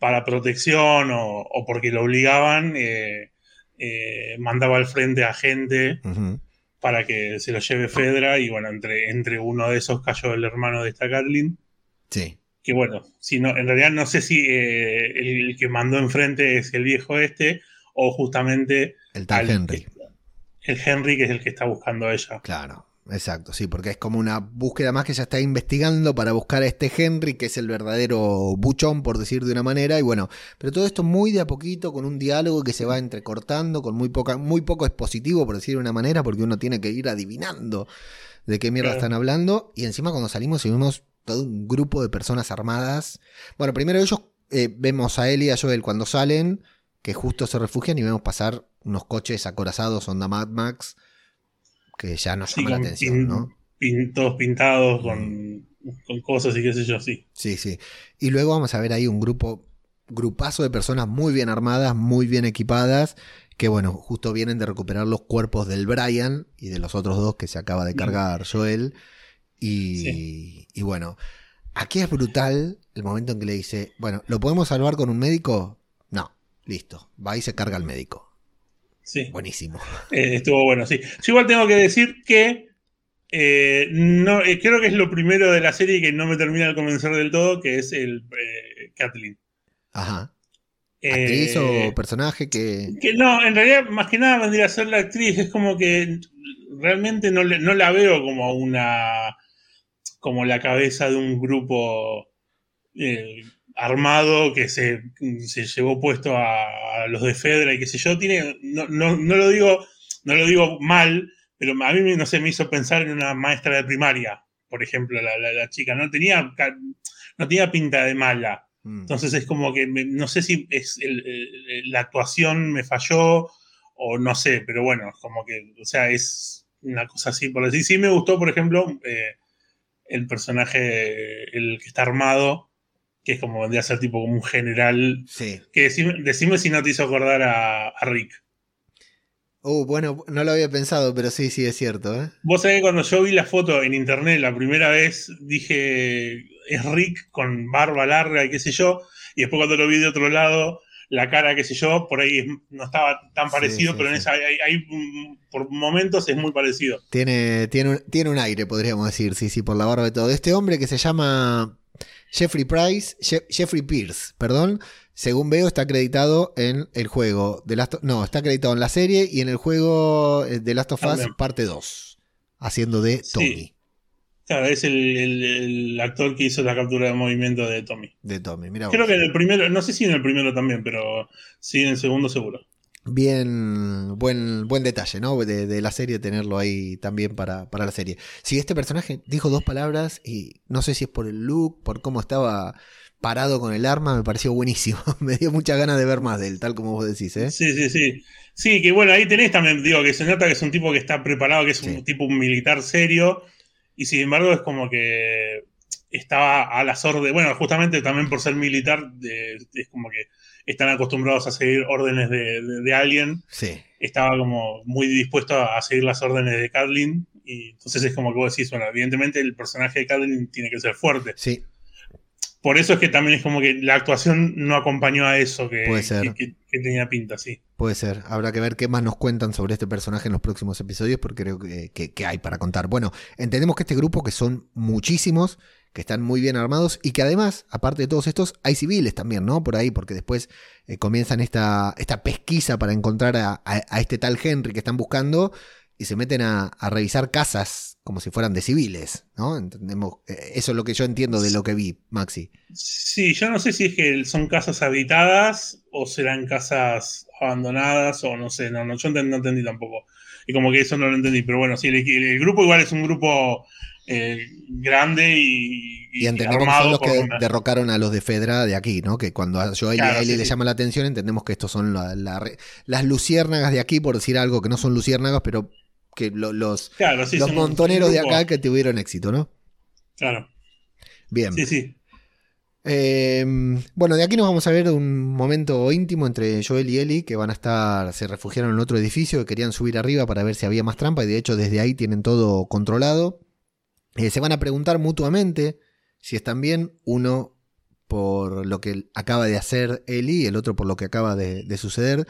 para protección o porque lo obligaban, mandaba al frente a gente para que se lo lleve Fedra, y bueno, entre uno de esos cayó el hermano de esta Catelyn. Sí. Que bueno, si no, en realidad no sé si el que mandó enfrente es el viejo o justamente el tal Henry. El Henry, que es el que está buscando a ella. Claro, exacto, sí, porque es como una búsqueda más que ella está investigando para buscar a este Henry, que es el verdadero buchón, por decir de una manera, y bueno, pero todo esto muy de a poquito, con un diálogo que se va entrecortando, con muy poco expositivo, por decir de una manera, porque uno tiene que ir adivinando de qué mierda están hablando, y encima cuando salimos y vemos todo un grupo de personas armadas. Bueno, primero ellos vemos a Ellie y a Joel cuando salen, que justo se refugian, y vemos pasar unos coches acorazados onda Mad Max, que ya nos llama la atención, ¿no? Todos pintados con cosas y qué sé yo, sí. Sí, sí. Y luego vamos a ver ahí un grupazo de personas muy bien armadas, muy bien equipadas, que bueno, justo vienen de recuperar los cuerpos del Brian y de los otros dos que se acaba de cargar Joel. Y bueno, aquí es brutal el momento en que le dice, bueno, ¿lo podemos salvar con un médico? No, listo, va y se carga al médico. Sí. Buenísimo. Estuvo bueno, sí. Yo igual tengo que decir que creo que es lo primero de la serie que no me termina de convencer del todo, que es el Catelyn. Ajá. ¿Actriz o personaje que no, en realidad más que nada vendría a ser la actriz. Es como que realmente no la veo como la cabeza de un grupo armado que se llevó puesto a los de Fedra y qué sé yo. No lo digo mal, pero a mí no sé, me hizo pensar en una maestra de primaria, por ejemplo, la chica. No tenía pinta de mala. Entonces es como que no sé si es la actuación me falló o no sé, pero bueno, es como que, o sea, es una cosa así por decir. Sí me gustó, por ejemplo, el personaje, el que está armado, que es como vendría a ser tipo como un general. Sí. Que decime si no te hizo acordar a Rick. Bueno, no lo había pensado, pero sí, es cierto, ¿eh? Vos sabés que cuando yo vi la foto en internet la primera vez, dije, es Rick con barba larga y qué sé yo, y después cuando lo vi de otro lado, la cara, qué sé yo, por ahí no estaba tan parecido, pero en esa hay por momentos es muy parecido. Tiene un aire, podríamos decir, sí, por la barba y todo. Este hombre que se llama Jeffrey Pierce, perdón, según veo está acreditado en el juego está acreditado en la serie y en el juego The Last of Us parte 2, haciendo de Tommy. Claro, es el actor que hizo la captura de movimiento de Tommy. Mira Creo que en el primero, no sé si en el primero también, pero sí en el segundo seguro. Bien, buen detalle, ¿no? De la serie, tenerlo ahí también para la serie. Sí, este personaje dijo 2 palabras y no sé si es por el look, por cómo estaba parado con el arma, me pareció buenísimo. Me dio muchas ganas de ver más de él, tal como vos decís, ¿eh? Sí. Sí, que bueno, ahí tenés también, digo, que se nota que es un tipo que está preparado, que es un tipo un militar serio, y sin embargo es como que estaba a las órdenes, bueno, justamente también por ser militar, es como que están acostumbrados a seguir órdenes de alguien. Sí. Estaba como muy dispuesto a seguir las órdenes de Catelyn, y entonces es como que vos decís, bueno, evidentemente el personaje de Catelyn tiene que ser fuerte. Sí. Por eso es que también es como que la actuación no acompañó a eso que tenía pinta, sí. Puede ser. Habrá que ver qué más nos cuentan sobre este personaje en los próximos episodios, porque creo que hay para contar. Bueno, entendemos que este grupo, que son muchísimos, que están muy bien armados y que además, aparte de todos estos, hay civiles también, ¿no? Por ahí, porque después comienzan esta pesquisa para encontrar a este tal Henry que están buscando y se meten a revisar casas como si fueran de civiles, ¿no? Entendemos, eso es lo que yo entiendo de lo que vi, Maxi. Sí, yo no sé si es que son casas habitadas o serán casas abandonadas o no sé, yo no entendí tampoco. Y como que eso no lo entendí, pero bueno, sí, el grupo igual es un grupo grande y entendemos que son los que derrocaron a los de Fedra de aquí, ¿no? Que cuando a Joel y a Ellie le llama la atención, entendemos que estos son las luciérnagas de aquí, por decir algo que no son luciérnagas, pero que los montoneros de acá que tuvieron éxito, ¿no? Claro. Bien. Sí. Bueno, de aquí nos vamos a ver un momento íntimo entre Joel y Ellie, que se refugiaron en otro edificio, que querían subir arriba para ver si había más trampa, y de hecho desde ahí tienen todo controlado. Se van a preguntar mutuamente si están bien, uno por lo que acaba de hacer Ellie y el otro por lo que acaba de suceder.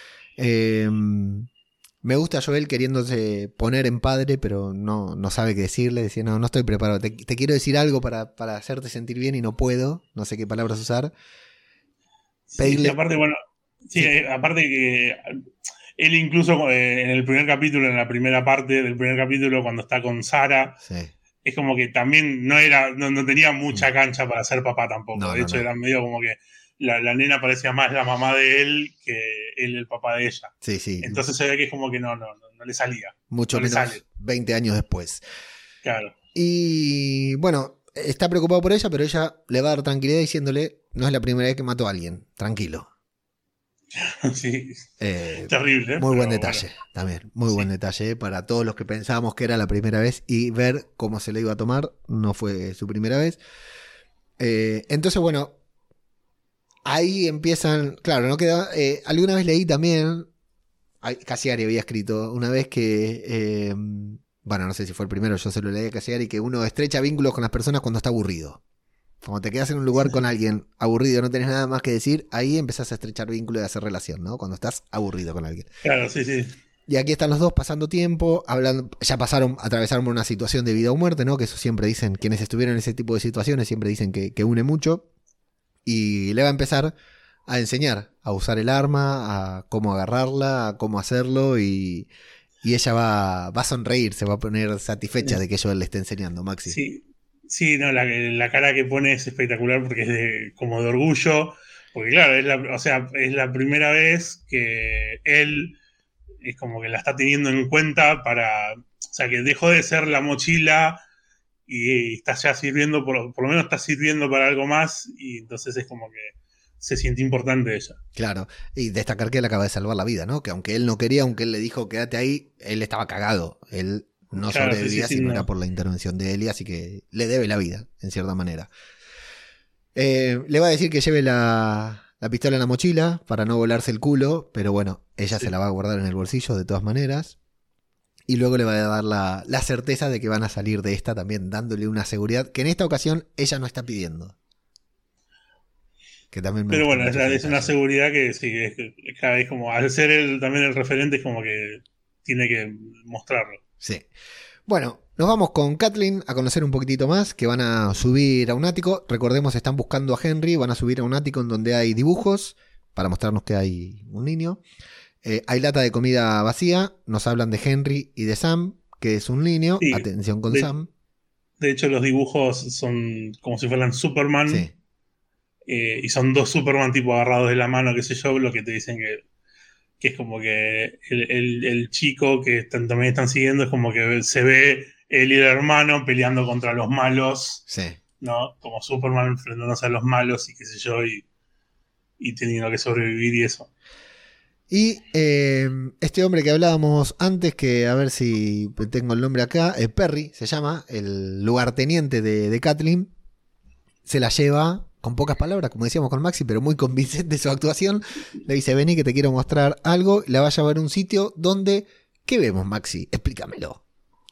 Me gusta Joel queriéndose poner en padre, pero no sabe qué decirle. Decía, no estoy preparado. Te quiero decir algo para hacerte sentir bien y no puedo. No sé qué palabras usar. Sí, aparte, bueno, Sí. aparte que él incluso en el primer capítulo, en la primera parte del primer capítulo, cuando está con Sara, Sí. es como que también no tenía mucha cancha para ser papá tampoco. De hecho, era medio como que la nena parecía más la mamá de él que él el papá de ella. Sí, sí. Entonces se ve que es como que no le salía. Mucho no le menos sale. 20 años después. Claro. Y bueno, está preocupado por ella, pero ella le va a dar tranquilidad diciéndole, no es la primera vez que mato a alguien, tranquilo. Sí. Terrible. Muy buen detalle, bueno. También. Muy buen detalle para todos los que pensábamos que era la primera vez y ver cómo se le iba a tomar. No fue su primera vez. Entonces, bueno, ahí empiezan. Claro, no queda. Alguna vez leí también. Cassiari había escrito una vez que. Bueno, no sé si fue el primero, yo se lo leí a Cassiari, que uno estrecha vínculos con las personas cuando está aburrido. Cuando te quedas en un lugar con alguien aburrido, no tenés nada más que decir, ahí empezás a estrechar vínculos y a hacer relación, ¿no? Cuando estás aburrido con alguien. Claro, sí. Y aquí están los dos pasando tiempo, hablando, ya atravesaron por una situación de vida o muerte, ¿no? Que eso siempre dicen, quienes estuvieron en ese tipo de situaciones siempre dicen que une mucho. Y le va a empezar a enseñar a usar el arma, a cómo agarrarla, a cómo hacerlo y ella va a sonreír, se va a poner satisfecha de que yo le esté enseñando, Maxi. Sí, no, la cara que pone es espectacular porque es como de orgullo, porque claro, es la primera vez que él es como que la está teniendo en cuenta o sea, que dejó de ser la mochila y está ya sirviendo, por lo menos está sirviendo para algo más y entonces es como que se siente importante ella. Claro, y destacar que él acaba de salvar la vida, ¿no? Que aunque él no quería, aunque él le dijo quédate ahí, él estaba cagado, él no sobrevivía si no era por la intervención de Ellie, así que le debe la vida, en cierta manera. Le va a decir que lleve la pistola en la mochila para no volarse el culo, pero bueno, ella se la va a guardar en el bolsillo de todas maneras. Y luego le va a dar la certeza de que van a salir de esta también, dándole una seguridad que en esta ocasión ella no está pidiendo. Que también pero bueno, es una seguridad que sí, es como, al ser él también el referente, es como que tiene que mostrarlo. Sí. Bueno, nos vamos con Kathleen a conocer un poquitito más, que van a subir a un ático. Recordemos, están buscando a Henry, van a subir a un ático en donde hay dibujos, para mostrarnos que hay un niño. Hay lata de comida vacía, nos hablan de Henry y de Sam, que es un niño. Sí, atención con Sam. De hecho, los dibujos son como si fueran Superman. Sí. Y son dos Superman tipo agarrados de la mano, qué sé yo, lo que te dicen que es como que el chico que también están siguiendo es como que se ve él y el hermano peleando contra los malos, sí, ¿no? Como Superman enfrentándose a los malos y qué sé yo, y teniendo que sobrevivir y eso. Y este hombre que hablábamos antes, que a ver si tengo el nombre acá, Perry se llama, el lugarteniente de Kathleen, se la lleva con pocas palabras, como decíamos con Maxi, pero muy convincente su actuación. Le dice, vení que te quiero mostrar algo. La va a llevar a un sitio donde... ¿Qué vemos, Maxi? Explícamelo.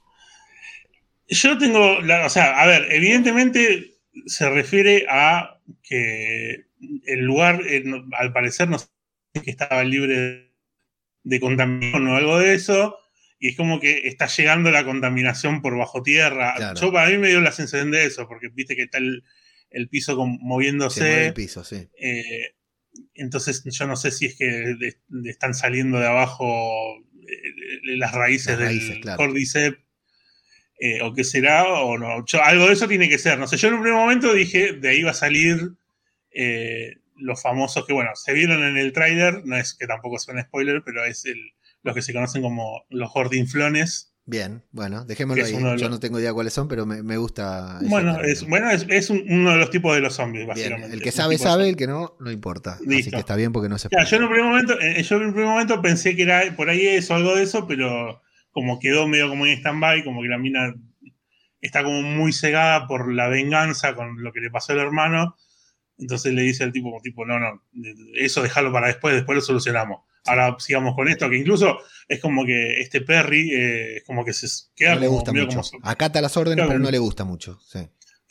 Yo tengo... o sea, a ver, evidentemente se refiere a que el lugar, al parecer, no sé que estaba libre de contaminación o algo de eso, y es como que está llegando la contaminación por bajo tierra. Claro. Yo, para mí me dio la sensación de eso, porque viste que está el piso moviéndose. Se mueve el piso, sí. Entonces yo no sé si es que están saliendo de abajo las raíces del claro. Cordyceps, o qué será, o no. Algo de eso tiene que ser. No sé, yo en un primer momento dije, de ahí va a salir los famosos que, bueno, se vieron en el tráiler, no es que tampoco sea un spoiler, pero es los que se conocen como los gordinflones. Bien, bueno, dejémoslo ahí. Yo no tengo idea cuáles son, pero me gusta. Bueno, es uno de los tipos de los zombies, básicamente. Bien, el que sabe, el que no importa. Listo. Así que está bien porque no se puede. Yo en un primer momento pensé que era por ahí eso, algo de eso, pero como quedó medio como en stand-by, como que la mina está como muy cegada por la venganza con lo que le pasó al hermano. Entonces le dice al tipo, no, eso déjalo para después lo solucionamos. Ahora sigamos con esto, que incluso es como que este Perry es como que se queda no le gusta mucho. Acata las órdenes, pero no le gusta mucho. Sí.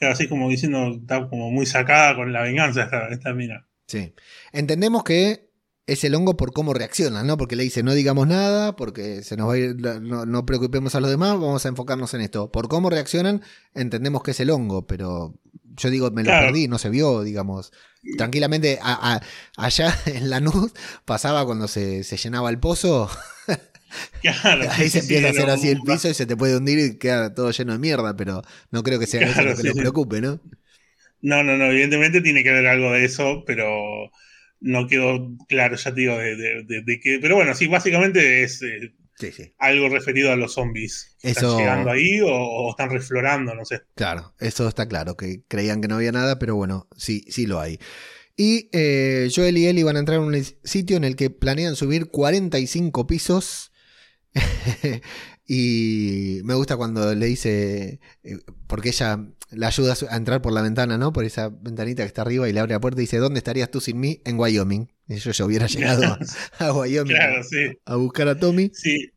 Claro, así como diciendo, está como muy sacada con la venganza esta mina. Sí. Entendemos que es el hongo por cómo reacciona, ¿no? Porque le dice, no digamos nada, porque se nos va a ir, no preocupemos a los demás, vamos a enfocarnos en esto. Por cómo reaccionan, entendemos que es el hongo, pero yo digo, me lo Claro, perdí, no se vio, digamos. Tranquilamente, allá en Lanús pasaba cuando se llenaba el pozo, claro, sí, ahí se sí, sí, empieza a era hacer así el piso y se te puede hundir y queda todo lleno de mierda, pero no creo que sea eso lo claro, que sí, los sí. preocupe, ¿no? No, no, no, evidentemente tiene que haber algo de eso, pero no quedó claro, ya te digo, de qué. Pero bueno, sí, básicamente es Sí, sí. algo referido a los zombies que están llegando Eso, ahí o están reflorando, no sé. claro, eso está claro, que creían que no había nada, pero bueno, sí, sí lo hay. Y Joel y Ellie van a entrar en un sitio en el que planean subir 45 pisos. Y me gusta cuando le dice, porque ella la ayuda a entrar por la ventana, ¿no? Por esa ventanita que está arriba y le abre la puerta y dice, ¿dónde estarías tú sin mí? En Wyoming. Y yo hubiera llegado a Wyoming Claro, sí. a buscar a Tommy. Sí,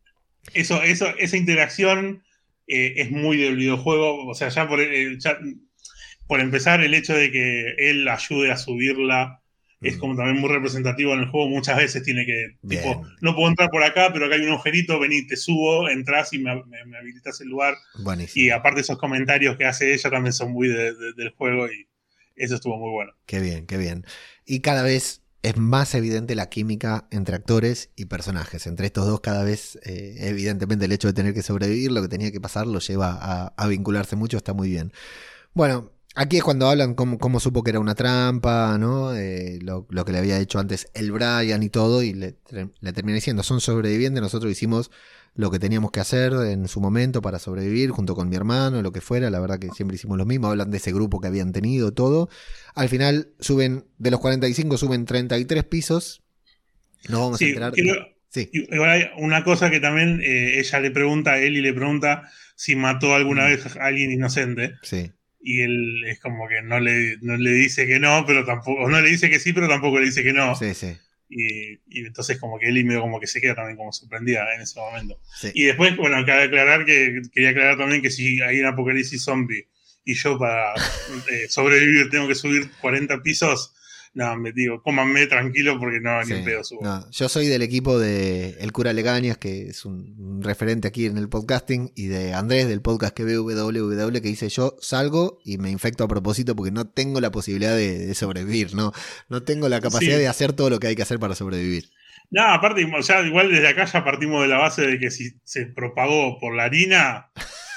esa interacción es muy del videojuego. O sea, ya por empezar, el hecho de que él ayude a subirla es Mm, como también muy representativo en el juego. Muchas veces tiene que, tipo, bien, no puedo entrar por acá, pero acá hay un agujerito, vení, te subo, entras y me habilitas el lugar. Y buenísimo. aparte esos comentarios que hace ella también son muy del juego y eso estuvo muy bueno. Qué bien, qué bien. Y cada vez es más evidente la química entre actores y personajes. Entre estos dos cada vez, evidentemente el hecho de tener que sobrevivir, lo que tenía que pasar, lo lleva a vincularse mucho, está muy bien. Bueno, aquí es cuando hablan cómo supo que era una trampa, ¿no? Lo que le había hecho antes el Brian y todo, y le termina diciendo, son sobrevivientes, nosotros hicimos lo que teníamos que hacer en su momento para sobrevivir, junto con mi hermano, lo que fuera, la verdad que siempre hicimos lo mismo, hablan de ese grupo que habían tenido, todo. Al final suben, de los 45 suben 33 pisos, nos vamos a Sí, enterar. Sí, igual hay una cosa que también ella le pregunta, Eli le pregunta si mató alguna mm, vez a alguien inocente. sí, Y él es como que no le dice que no, pero tampoco, o no le dice que sí, pero tampoco le dice que no. sí, sí, Y entonces como que Ellie medio como que se queda también como sorprendida en ese momento. sí. Y después, bueno, quería aclarar también que si hay un apocalipsis zombie y yo para sobrevivir tengo que subir 40 pisos, no, me digo, cómanme tranquilo porque no, ni Sí, en pedo subo. no, yo soy del equipo de El Cura Legañas, que es un referente aquí en el podcasting, y de Andrés del podcast que ve WWW, que dice yo salgo y me infecto a propósito porque no tengo la posibilidad de sobrevivir, no tengo la capacidad de Sí, hacer todo lo que hay que hacer para sobrevivir. no, aparte, ya igual desde acá ya partimos de la base de que si se propagó por la harina.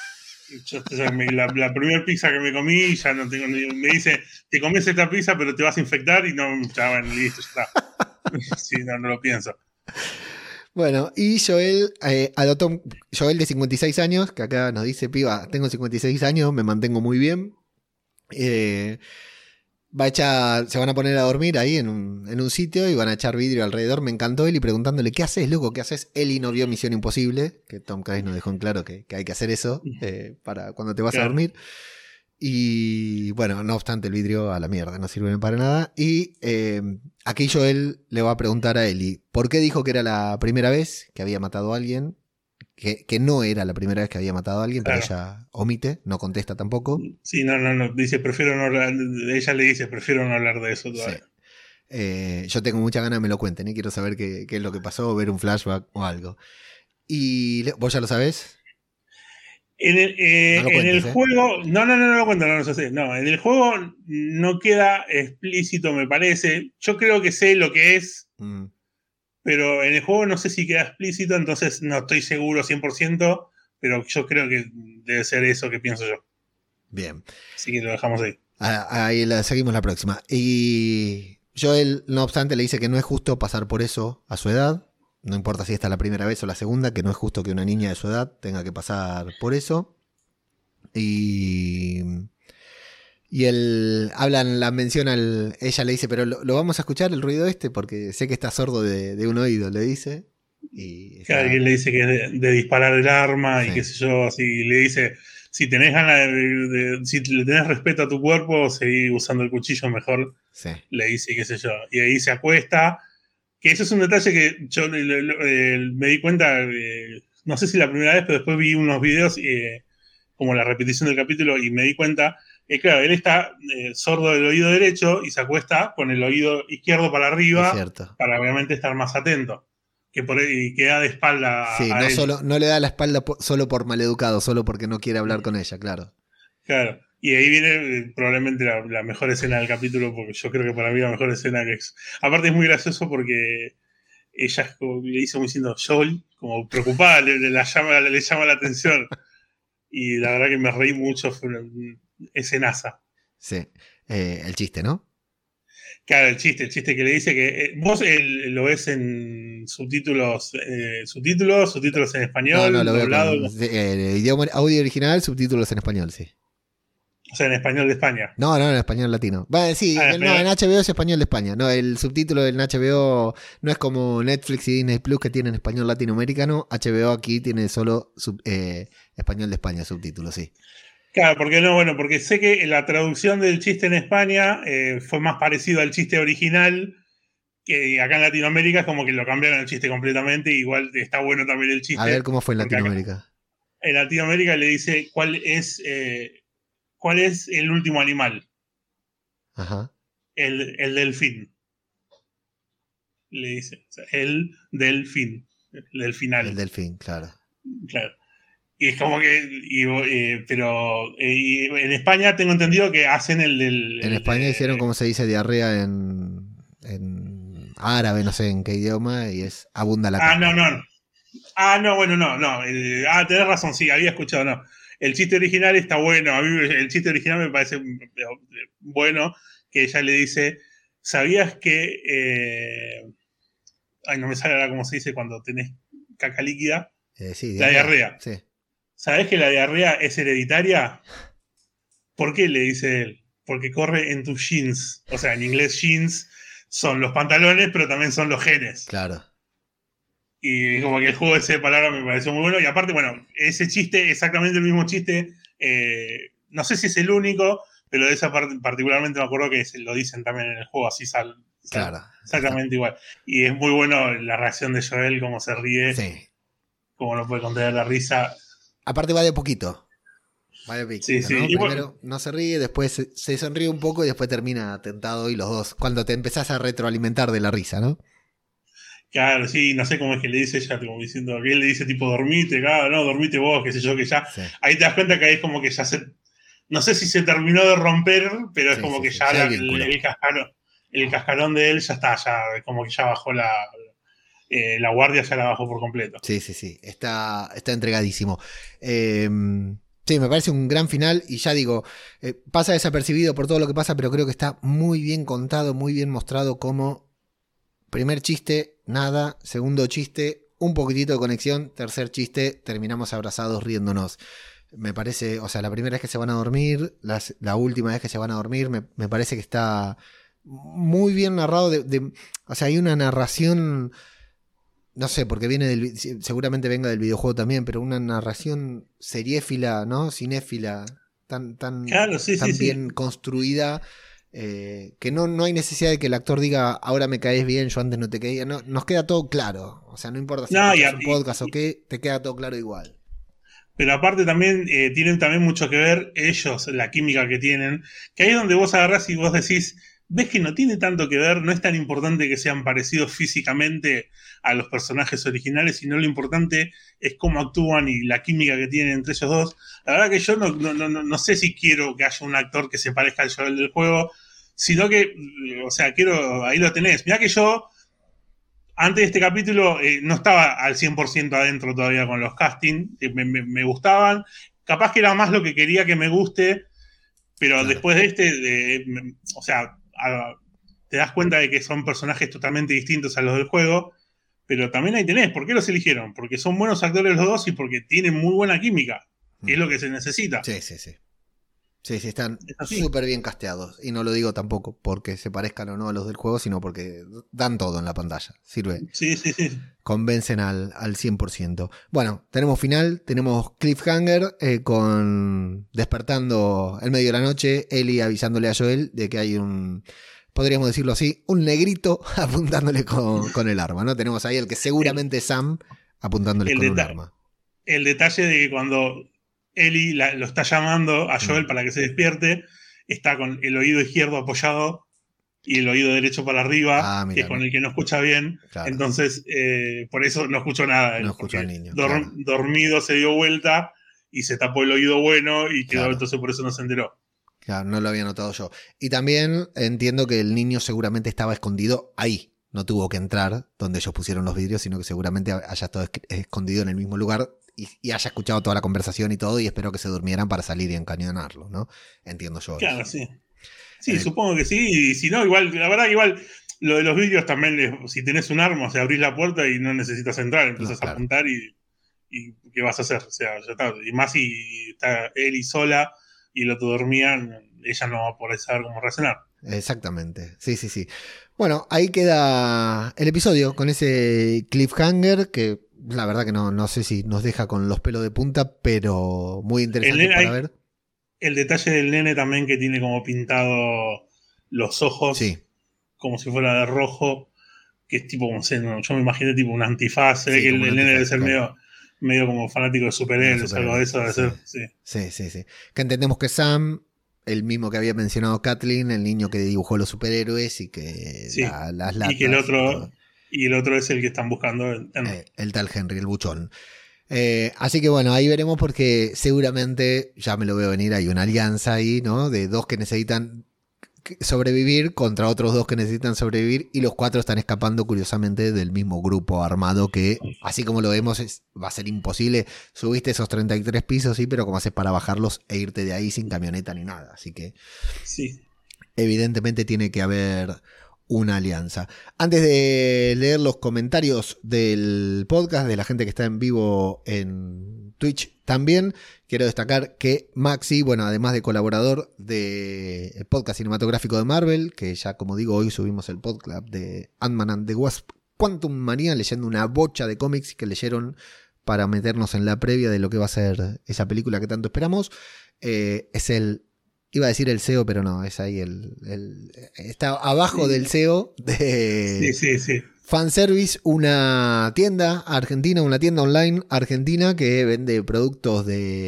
La primera pizza que me comí, ya no tengo ni. Me dice, te comes esta pizza, pero te vas a infectar y no, ya bueno, listo, ya está. Sí, no, no lo pienso. Bueno, y Joel adoptó Joel de 56 años, que acá nos dice, piba, tengo 56 años, me mantengo muy bien. Eh, se van a poner a dormir ahí en un sitio y van a echar vidrio alrededor. Me encantó Eli preguntándole, ¿qué haces, loco? ¿Qué haces? Eli no vio Misión Imposible, que Tom Cruise nos dejó en claro que hay que hacer eso para cuando te vas a Claro. dormir. Y bueno, no obstante, el vidrio a la mierda, no sirve para nada. Y aquí Joel le va a preguntar a Eli, ¿por qué dijo que era la primera vez que había matado a alguien? Que no era la primera vez que había matado a alguien, pero Claro. ella omite, no contesta tampoco. Sí, no, no, no. Dice, prefiero no hablar. Ella le dice, prefiero no hablar de eso Sí. todavía. Yo tengo mucha ganas de que me lo cuenten, quiero saber qué es lo que pasó, ver un flashback o algo. ¿Y vos ya lo sabés? No lo En el cuentes, ¿eh? juego, no lo cuento, no lo sé. No, en el juego no queda explícito, me parece. Yo creo que sé lo que es, Mm, pero en el juego no sé si queda explícito, entonces no estoy seguro 100%, pero yo creo que debe ser eso que pienso yo. bien. Así que lo dejamos ahí. Ahí seguimos la próxima. Y Joel, no obstante, le dice que no es justo pasar por eso a su edad. No importa si esta es la primera vez o la segunda, que no es justo que una niña de su edad tenga que pasar por eso. Y, y él hablan, la menciona, ella le dice, pero lo vamos a escuchar el ruido este porque sé que está sordo de un oído, le dice. Y Que está, alguien le dice que es de disparar el arma y qué sí, sé yo, así le dice, si tenés ganas si le tenés respeto a tu cuerpo, seguí usando el cuchillo mejor, sí. le dice, qué sé yo. Y ahí se acuesta, que eso es un detalle que yo me di cuenta, no sé si la primera vez, pero después vi unos videos como la repetición del capítulo y me di cuenta Claro, él está sordo del oído derecho y se acuesta con el oído izquierdo para arriba para obviamente estar más atento. Y queda de espalda sí, a no, él. No le da la espalda solo por maleducado, solo porque no quiere hablar con ella, claro. Claro. Y ahí viene probablemente la mejor escena del capítulo, porque yo creo que para mí la mejor escena que es. Aparte es muy gracioso porque ella le dice muy diciendo Joel, como preocupada, le llama la atención. Y la verdad que me reí mucho, fue una escenaza. Sí, el chiste, ¿no? Claro, el chiste que le dice que vos lo ves en subtítulos en español, No, lo veo doblado. con idioma audio original, subtítulos en español, sí. O sea, en español de España. No, en español latino. Sí, en HBO es español de España. No, el subtítulo en HBO no es como Netflix y Disney Plus que tienen español latinoamericano. HBO aquí tiene solo español de España, subtítulos, sí. Claro, porque sé que la traducción del chiste en España fue más parecido al chiste original, que acá en Latinoamérica es como que lo cambiaron el chiste completamente. Igual está bueno también el chiste. A ver cómo fue en Latinoamérica. En Latinoamérica le dice cuál es el último animal. Ajá. El delfín. Le dice. O sea, el delfín. El del final. El delfín, claro. Claro. Y es como que. Pero en España tengo entendido que hacen el del. En España hicieron como se dice diarrea en árabe, no sé en qué idioma, y es abunda la caca. No. Tenés razón, sí, había escuchado, no. El chiste original está bueno. A mí el chiste original me parece bueno, que ella le dice, ¿sabías que... no me sale ahora cómo se dice cuando tenés caca líquida? Sí, la diarrea. Sí. ¿Sabés que la diarrea es hereditaria? ¿Por qué? Le dice él. Porque corre en tus jeans. O sea, en inglés jeans son los pantalones, pero también son los genes. Claro. Y como que el juego ese de palabras me pareció muy bueno. Y aparte, bueno, ese chiste, exactamente el mismo chiste, no sé si es el único, pero de esa parte particularmente me acuerdo que lo dicen también en el juego, así claro. Exactamente igual. Y es muy bueno la reacción de Joel, cómo se ríe, sí. Cómo no puede contener la risa. Aparte va de poquito. Va de poquito, sí, sí. ¿no? Y primero bueno, no se ríe, después se sonríe un poco y después termina tentado y los dos, cuando te empezás a retroalimentar de la risa, ¿no? Claro, sí, no sé cómo es que le dice ella, como diciendo que él le dice tipo dormite, claro, no, dormite vos, qué sé yo, que ya. Sí. Ahí te das cuenta que ahí es como que ya no sé si se terminó de romper, pero es como que ya el cascarón de él ya está, ya como que ya bajó la guardia, ya la bajó por completo. Sí. Está entregadísimo. Sí, me parece un gran final y ya digo, pasa desapercibido por todo lo que pasa, pero creo que está muy bien contado, muy bien mostrado como primer chiste, nada, segundo chiste, un poquitito de conexión, tercer chiste, terminamos abrazados riéndonos. Me parece, o sea, la primera vez que se van a dormir, la última vez que se van a dormir, me parece que está muy bien narrado. O sea, hay una narración, no sé, porque seguramente venga del videojuego también, pero una narración seriéfila, ¿no? Cinéfila, tan bien construida. Que no hay necesidad de que el actor diga ahora me caes bien, yo antes no te caía. No, nos queda todo claro. O sea, no importa si es un podcast o qué, te queda todo claro igual. Pero aparte también tienen también mucho que ver ellos, la química que tienen, que ahí es donde vos agarrás y vos decís, ves que no tiene tanto que ver, no es tan importante que sean parecidos físicamente a los personajes originales, sino lo importante es cómo actúan y la química que tienen entre ellos dos. La verdad que yo no sé si quiero que haya un actor que se parezca al Joel del juego, sino que, o sea, ahí lo tenés. Mirá que yo, antes de este capítulo, no estaba al 100% adentro todavía con los castings, me gustaban, capaz que era más lo que quería que me guste, pero claro. Después de o sea, te das cuenta de que son personajes totalmente distintos a los del juego, pero también ahí tenés, ¿por qué los eligieron? Porque son buenos actores los dos y porque tienen muy buena química, que es lo que se necesita. Sí, están súper bien casteados. Y no lo digo tampoco porque se parezcan o no a los del juego, sino porque dan todo en la pantalla. Sirve. Sí. Convencen al 100%. Bueno, tenemos final, tenemos cliffhanger con despertando en medio de la noche, Ellie avisándole a Joel de que hay podríamos decirlo así, un negrito apuntándole con el arma, ¿no? Tenemos ahí el que seguramente es Sam apuntándole con un arma. El detalle de que cuando Ellie lo está llamando a Joel para que se despierte, está con el oído izquierdo apoyado y el oído derecho para arriba, que es con el que no escucha bien. Claro. Entonces, por eso no escuchó nada. No escuchó al niño. Dormido se dio vuelta y se tapó el oído bueno y quedó, entonces por eso no se enteró. Claro, no lo había notado yo. Y también entiendo que el niño seguramente estaba escondido ahí. No tuvo que entrar donde ellos pusieron los vidrios, sino que seguramente haya estado escondido en el mismo lugar y haya escuchado toda la conversación y todo, y espero que se durmieran para salir y encañonarlo, ¿no? Entiendo yo. Claro, sí. Sí, supongo que sí, y si no, igual, la verdad, igual, lo de los vidrios también, si tenés un arma, o sea, abrís la puerta y no necesitas entrar, empiezas a apuntar y ¿qué vas a hacer? O sea, ya está. Y más si está Ellie sola y el otro dormía, ella no va a poder saber cómo reaccionar. Exactamente, sí. Bueno, ahí queda el episodio con ese cliffhanger que la verdad que no sé si nos deja con los pelos de punta, pero muy interesante para ver. El detalle del nene también, que tiene como pintado los ojos, como si fuera de rojo, que es tipo, como sé, yo me imaginé tipo un antifaz, que el nene debe ser medio como fanático de superhéroes, algo de eso debe ser. Sí. Que entendemos que Sam, el mismo que había mencionado Kathleen, el niño que dibujó los superhéroes y que las latas. Y que el otro es el que están buscando. El tal Henry, el buchón. Así que bueno, ahí veremos porque seguramente, ya me lo veo venir, hay una alianza ahí, ¿no? De dos que necesitan sobrevivir contra otros dos que necesitan sobrevivir y los cuatro están escapando curiosamente del mismo grupo armado que, así como lo vemos, va a ser imposible. Subiste esos 33 pisos, sí, pero ¿cómo haces para bajarlos e irte de ahí sin camioneta ni nada? Así que evidentemente tiene que haber una alianza. Antes de leer los comentarios del podcast de la gente que está en vivo en Twitch, también quiero destacar que Maxi, bueno, además de colaborador del podcast cinematográfico de Marvel, que ya como digo, hoy subimos el podcast de Ant-Man and the Wasp Quantumania, leyendo una bocha de cómics que leyeron para meternos en la previa de lo que va a ser esa película que tanto esperamos. Es el... Iba a decir el CEO, pero no, es ahí está abajo del CEO de Fanservice, una tienda argentina, una tienda online argentina que vende productos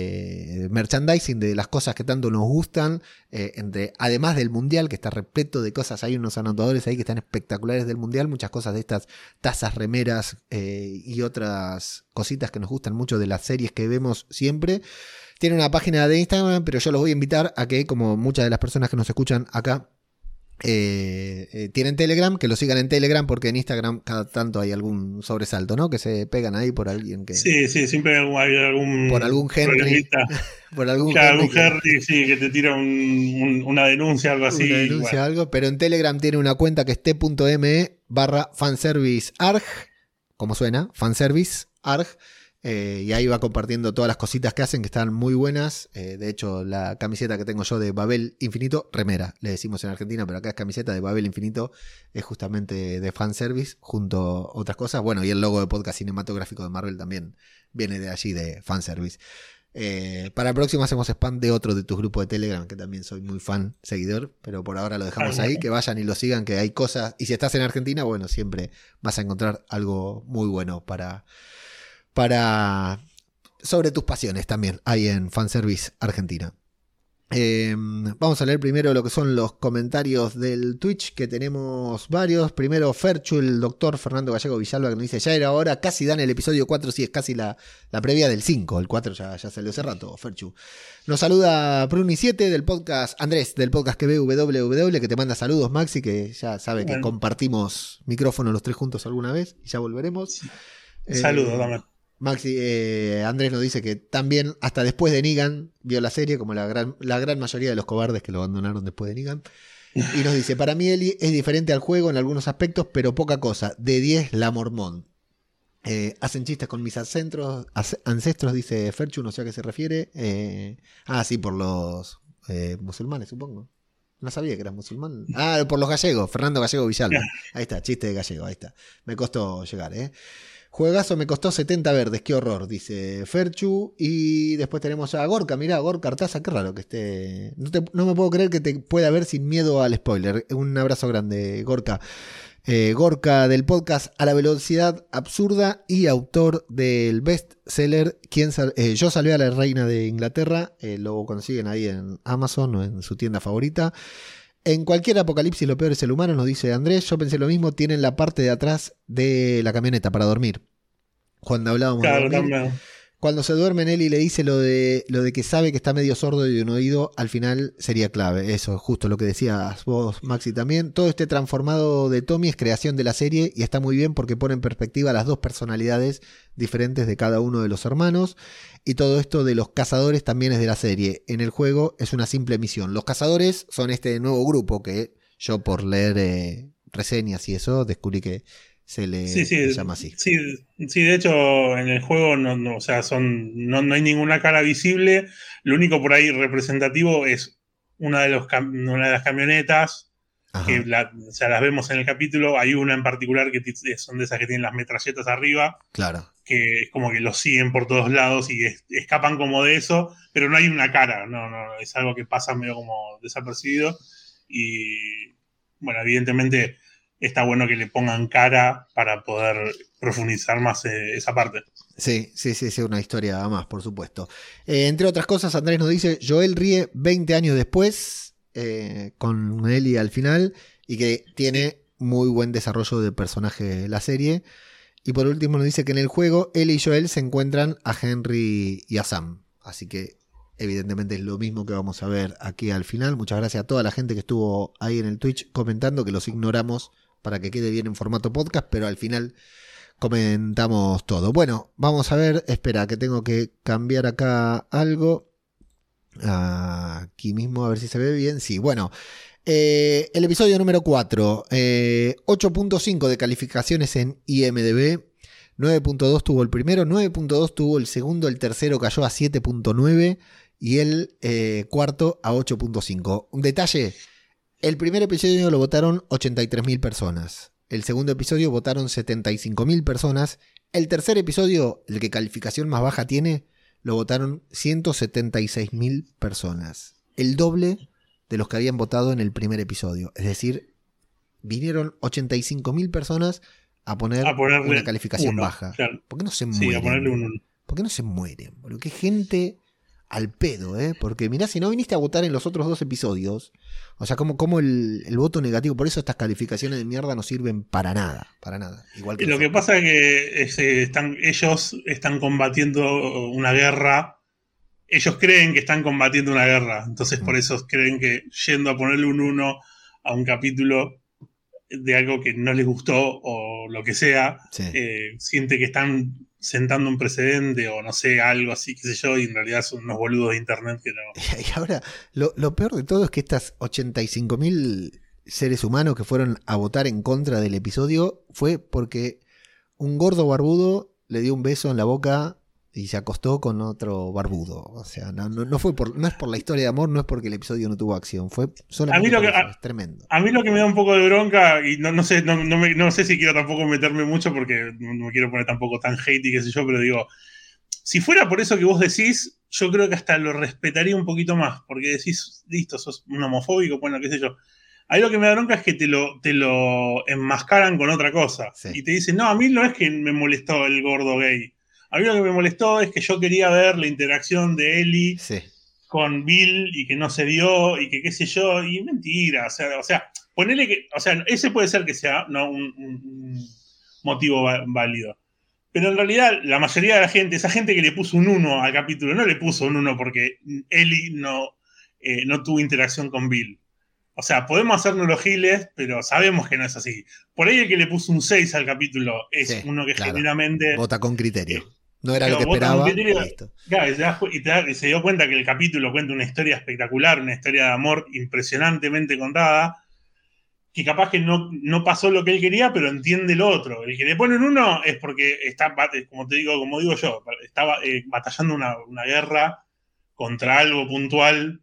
de merchandising, de las cosas que tanto nos gustan, además del Mundial, que está repleto de cosas. Hay unos anotadores ahí que están espectaculares del Mundial, muchas cosas de estas tazas, remeras y otras cositas que nos gustan mucho de las series que vemos siempre. Tiene una página de Instagram, pero yo los voy a invitar a que, como muchas de las personas que nos escuchan acá tienen Telegram, que lo sigan en Telegram, porque en Instagram cada tanto hay algún sobresalto, ¿no? Que se pegan ahí por alguien que... Sí, siempre hay algún... Por algún Henry. Por algún Henry, que te tira una denuncia, algo así. Una denuncia, algo, pero en Telegram tiene una cuenta que es t.me/fanservicearg, como suena, fanservicearg. Y ahí va compartiendo todas las cositas que hacen, que están muy buenas. De hecho, la camiseta que tengo yo de Babel Infinito, remera, le decimos en Argentina, pero acá es camiseta de Babel Infinito, es justamente de fanservice, junto a otras cosas. Bueno, y el logo de podcast cinematográfico de Marvel también viene de allí, de fanservice. Para el próximo hacemos spam de otro de tus grupos de Telegram, que también soy muy fan, seguidor, pero por ahora lo dejamos ahí, que vayan y lo sigan, que hay cosas. Y si estás en Argentina, bueno, siempre vas a encontrar algo muy bueno para sobre tus pasiones también, ahí en Fanservice Argentina. Vamos a leer primero lo que son los comentarios del Twitch, que tenemos varios. Primero Ferchu, el doctor Fernando Gallego Villalba, que nos dice: ya era hora, casi dan el episodio 4, sí, es casi la previa del 5, el 4 ya salió hace rato, Ferchu. Nos saluda Pruni7 del podcast, Andrés del podcast que ve www, que te manda saludos, Maxi, que ya sabe que compartimos micrófono los tres juntos alguna vez y ya volveremos. Saludos, dame. Maxi, Andrés nos dice que también hasta después de Negan vio la serie, como la gran mayoría de los cobardes que lo abandonaron después de Negan. Y nos dice: para mí Ellie es diferente al juego en algunos aspectos, pero poca cosa. De 10 la mormón. Hacen chistes con mis ancestros, dice Ferchu, no sé a qué se refiere. Sí, por los musulmanes, supongo. No sabía que eras musulmán. Por los gallegos, Fernando Gallego Villalba. Ahí está, chiste de gallego, ahí está. Me costó llegar, Juegazo, me costó 70 verdes, qué horror, dice Ferchu. Y después tenemos a Gorka, mirá, Gorka Artaza, qué raro que esté. No me puedo creer que te pueda ver sin miedo al spoiler. Un abrazo grande, Gorka. Gorka del podcast A la Velocidad Absurda y autor del bestseller Yo salvé a la reina de Inglaterra. Lo consiguen ahí en Amazon o en su tienda favorita. En cualquier apocalipsis lo peor es el humano, nos dice Andrés. Yo pensé lo mismo, tienen la parte de atrás de la camioneta para dormir. Cuando hablábamos de dormir, también. cuando se duerme Nelly le dice lo de que sabe que está medio sordo y de un oído, al final sería clave. Eso es justo lo que decías vos, Maxi, también. Todo este transformado de Tommy es creación de la serie y está muy bien porque pone en perspectiva las dos personalidades diferentes de cada uno de los hermanos. Y todo esto de los cazadores también es de la serie. En el juego es una simple misión. Los cazadores son este nuevo grupo que yo por leer reseñas y eso descubrí que se le llama así. Sí, de hecho, en el juego o sea, no hay ninguna cara visible. Lo único por ahí representativo es una de las camionetas. Ajá. Que o sea, las vemos en el capítulo. Hay una en particular que son de esas que tienen las metralletas arriba. Claro. Que es como que los siguen por todos lados y escapan como de eso, pero no hay una cara. No, es algo que pasa medio como desapercibido. Y bueno, evidentemente está bueno que le pongan cara para poder profundizar más esa parte. Sí, una historia más, por supuesto. Entre otras cosas, Andrés nos dice, Joel ríe 20 años después, con Ellie al final, y que tiene muy buen desarrollo de personaje la serie. Y por último nos dice que en el juego, Ellie y Joel se encuentran a Henry y a Sam. Así que evidentemente es lo mismo que vamos a ver aquí al final. Muchas gracias a toda la gente que estuvo ahí en el Twitch comentando, que los ignoramos para que quede bien en formato podcast, pero al final comentamos todo. Bueno, vamos a ver, espera, que tengo que cambiar acá algo. Aquí mismo, a ver si se ve bien. Sí, bueno, el episodio número 4, 8.5 de calificaciones en IMDb, 9.2 tuvo el primero, 9.2 tuvo el segundo, el tercero cayó a 7.9 y el cuarto a 8.5. Un detalle: el primer episodio lo votaron 83.000 personas. El segundo episodio votaron 75.000 personas. El tercer episodio, el que calificación más baja tiene, lo votaron 176.000 personas. El doble de los que habían votado en el primer episodio. Es decir, vinieron 85.000 personas a ponerle una calificación baja. Claro. ¿Por qué no se mueren? Sí, a ponerle un 1. ¿Por qué no se mueren? Porque gente al pedo, ¿eh? Porque mirá, si no viniste a votar en los otros dos episodios, o sea, como el voto negativo, por eso estas calificaciones de mierda no sirven para nada, Igual que lo que pasa es que ellos están combatiendo una guerra. Ellos creen que están combatiendo una guerra, entonces por eso creen que yendo a ponerle un 1 a un capítulo de algo que no les gustó o lo que sea, sí. Siente que están sentando un precedente o no sé, algo así, qué sé yo, y en realidad son unos boludos de internet que no. Y ahora, lo peor de todo es que estas 85.000 seres humanos que fueron a votar en contra del episodio fue porque un gordo barbudo le dio un beso en la boca y se acostó con otro barbudo. O sea, no es por la historia de amor, no es porque el episodio no tuvo acción, fue solamente por eso. Es tremendo. A mí lo que me da un poco de bronca, y no sé si quiero tampoco meterme mucho porque no me quiero poner tampoco tan hate y qué sé yo, pero digo, si fuera por eso que vos decís, yo creo que hasta lo respetaría un poquito más, porque decís, listo, sos un homofóbico, bueno, qué sé yo. Ahí lo que me da bronca es que te lo enmascaran con otra cosa. Sí. Y te dicen, no, a mí no es que me molestó el gordo gay. A mí lo que me molestó es que yo quería ver la interacción de Ellie con Bill y que no se dio y que qué sé yo, y mentira, o sea, ponele que, o sea, ese puede ser que sea un motivo válido. Pero en realidad la mayoría de la gente, esa gente que le puso un 1 al capítulo, no le puso un 1 porque Ellie no tuvo interacción con Bill. O sea, podemos hacernos los giles, pero sabemos que no es así. Por ahí el que le puso un 6 al capítulo es uno que genuinamente vota con criterio. No era lo que esperaba. Claro, y se dio cuenta que el capítulo cuenta una historia espectacular, una historia de amor impresionantemente contada, que capaz que no pasó lo que él quería, pero entiende lo otro. El que le pone un 1 es porque está, como digo yo, estaba batallando una guerra contra algo puntual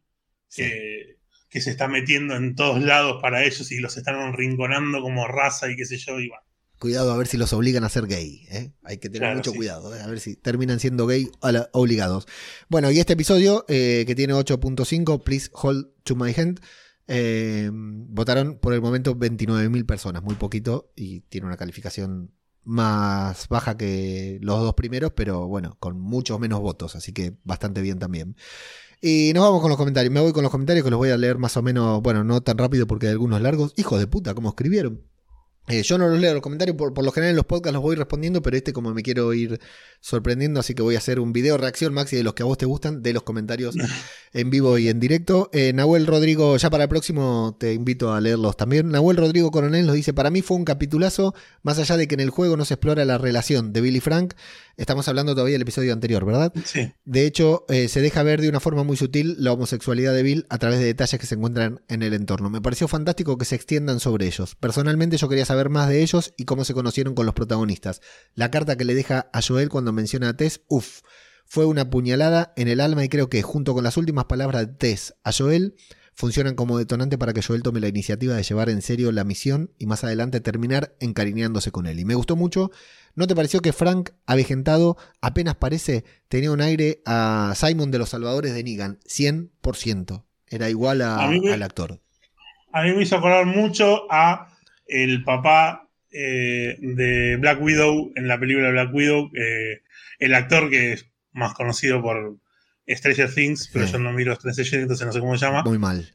que se está metiendo en todos lados para ellos y los están arrinconando como raza y qué sé yo, y bueno. Cuidado a ver si los obligan a ser gay, ¿eh? Hay que tener mucho cuidado, a ver si terminan siendo gay obligados. Bueno, y este episodio, que tiene 8.5, Please Hold to My Hand, Votaron por el momento 29.000 personas, muy poquito, y tiene una calificación más baja que los dos primeros, pero bueno, con muchos menos votos, así que bastante bien también. Y nos vamos con los comentarios. Me voy con los comentarios que los voy a leer más o menos, bueno, no tan rápido porque hay algunos largos. Hijos de puta, cómo escribieron. Yo no los leo los comentarios, por lo general en los podcasts los voy respondiendo, pero como me quiero ir sorprendiendo, así que voy a hacer un video reacción, Maxi, de los que a vos te gustan, de los comentarios en vivo y en directo. Nahuel Rodrigo, ya para el próximo te invito a leerlos también. Nahuel Rodrigo Coronel nos dice, para mí fue un capitulazo, más allá de que en el juego no se explora la relación de Bill y Frank. Estamos hablando todavía del episodio anterior, ¿verdad? Sí. De hecho, se deja ver de una forma muy sutil la homosexualidad de Bill a través de detalles que se encuentran en el entorno. Me pareció fantástico que se extiendan sobre ellos. Personalmente yo quería saber más de ellos y cómo se conocieron con los protagonistas. La carta que le deja a Joel cuando menciona a Tess, fue una puñalada en el alma y creo que junto con las últimas palabras de Tess a Joel funcionan como detonante para que Joel tome la iniciativa de llevar en serio la misión y más adelante terminar encariñándose con él. Y me gustó mucho. ¿No te pareció que Frank, avejentado, apenas parece, tenía un aire a Simon de los Salvadores de Negan? 100%. Era igual al actor. A mí me hizo acordar mucho a el papá de Black Widow en la película Black Widow. El actor que es más conocido por Stranger Things, pero yo no miro Stranger Things, entonces no sé cómo se llama. Muy mal.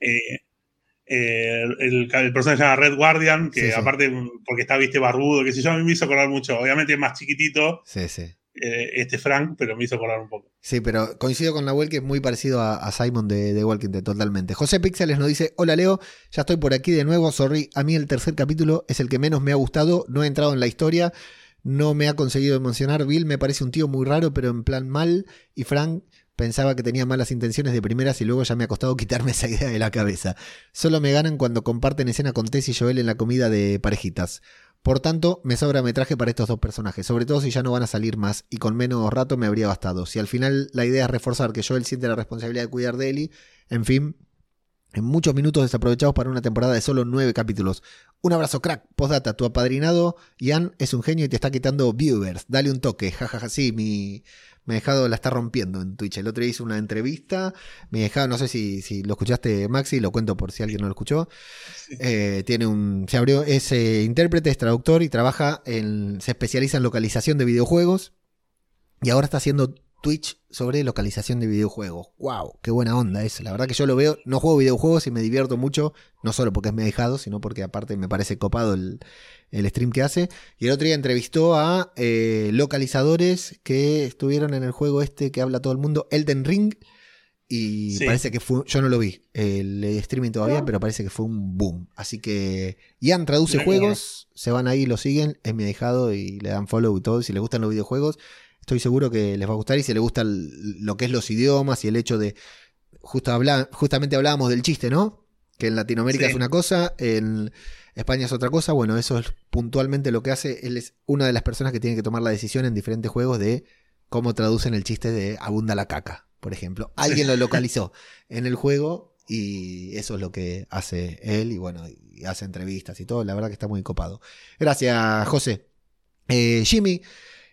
El personaje se llama Red Guardian, que aparte, porque está, viste, barbudo, que sé yo, a mí me hizo acordar mucho. Obviamente es más chiquitito Frank, pero me hizo acordar un poco. Sí, pero coincido con Nahuel que es muy parecido a Simon de Walking Dead, totalmente. José Pixeles nos dice, hola Leo, ya estoy por aquí de nuevo, sorry, a mí el tercer capítulo es el que menos me ha gustado, no he entrado en la historia, no me ha conseguido emocionar. Bill me parece un tío muy raro, pero en plan mal, y Frank pensaba que tenía malas intenciones de primeras y luego ya me ha costado quitarme esa idea de la cabeza. Solo me ganan cuando comparten escena con Tess y Joel en la comida de parejitas. Por tanto, me sobra metraje para estos dos personajes, sobre todo si ya no van a salir más y con menos rato me habría bastado. Si al final la idea es reforzar que Joel siente la responsabilidad de cuidar de Ellie, en fin, en muchos minutos desaprovechados para una temporada de solo 9 capítulos. Un abrazo, crack. Postdata, tu apadrinado Ian es un genio y te está quitando viewers. Dale un toque, jajaja, sí, mi dejado la está rompiendo en Twitch. El otro día hizo una entrevista. Mi dejado, no sé si lo escuchaste, Maxi, lo cuento por si alguien no lo escuchó. Sí. Se abrió, es intérprete, es traductor y se especializa en localización de videojuegos. Y ahora está haciendo Twitch sobre localización de videojuegos. ¡Wow! ¡Qué buena onda eso! La verdad que yo lo veo, no juego videojuegos y me divierto mucho, no solo porque es mi dejado, sino porque aparte me parece copado el stream que hace. Y el otro día entrevistó a localizadores que estuvieron en el juego que habla todo el mundo, Elden Ring. Y parece que fue, yo no lo vi el streaming todavía, pero parece que fue un boom. Así que Ian traduce juegos, se van ahí, lo siguen, es mi dejado y le dan follow y todo. Si les gustan los videojuegos, estoy seguro que les va a gustar. Y si les gusta lo que es los idiomas y el hecho de, justamente hablábamos del chiste, ¿no? Que en Latinoamérica es una cosa, en España es otra cosa. Bueno, eso es puntualmente lo que hace. Él es una de las personas que tiene que tomar la decisión en diferentes juegos de cómo traducen el chiste de abunda la caca, por ejemplo. Alguien lo localizó en el juego y eso es lo que hace él. Y bueno, y hace entrevistas y todo. La verdad que está muy copado. Gracias, José. Jimmy,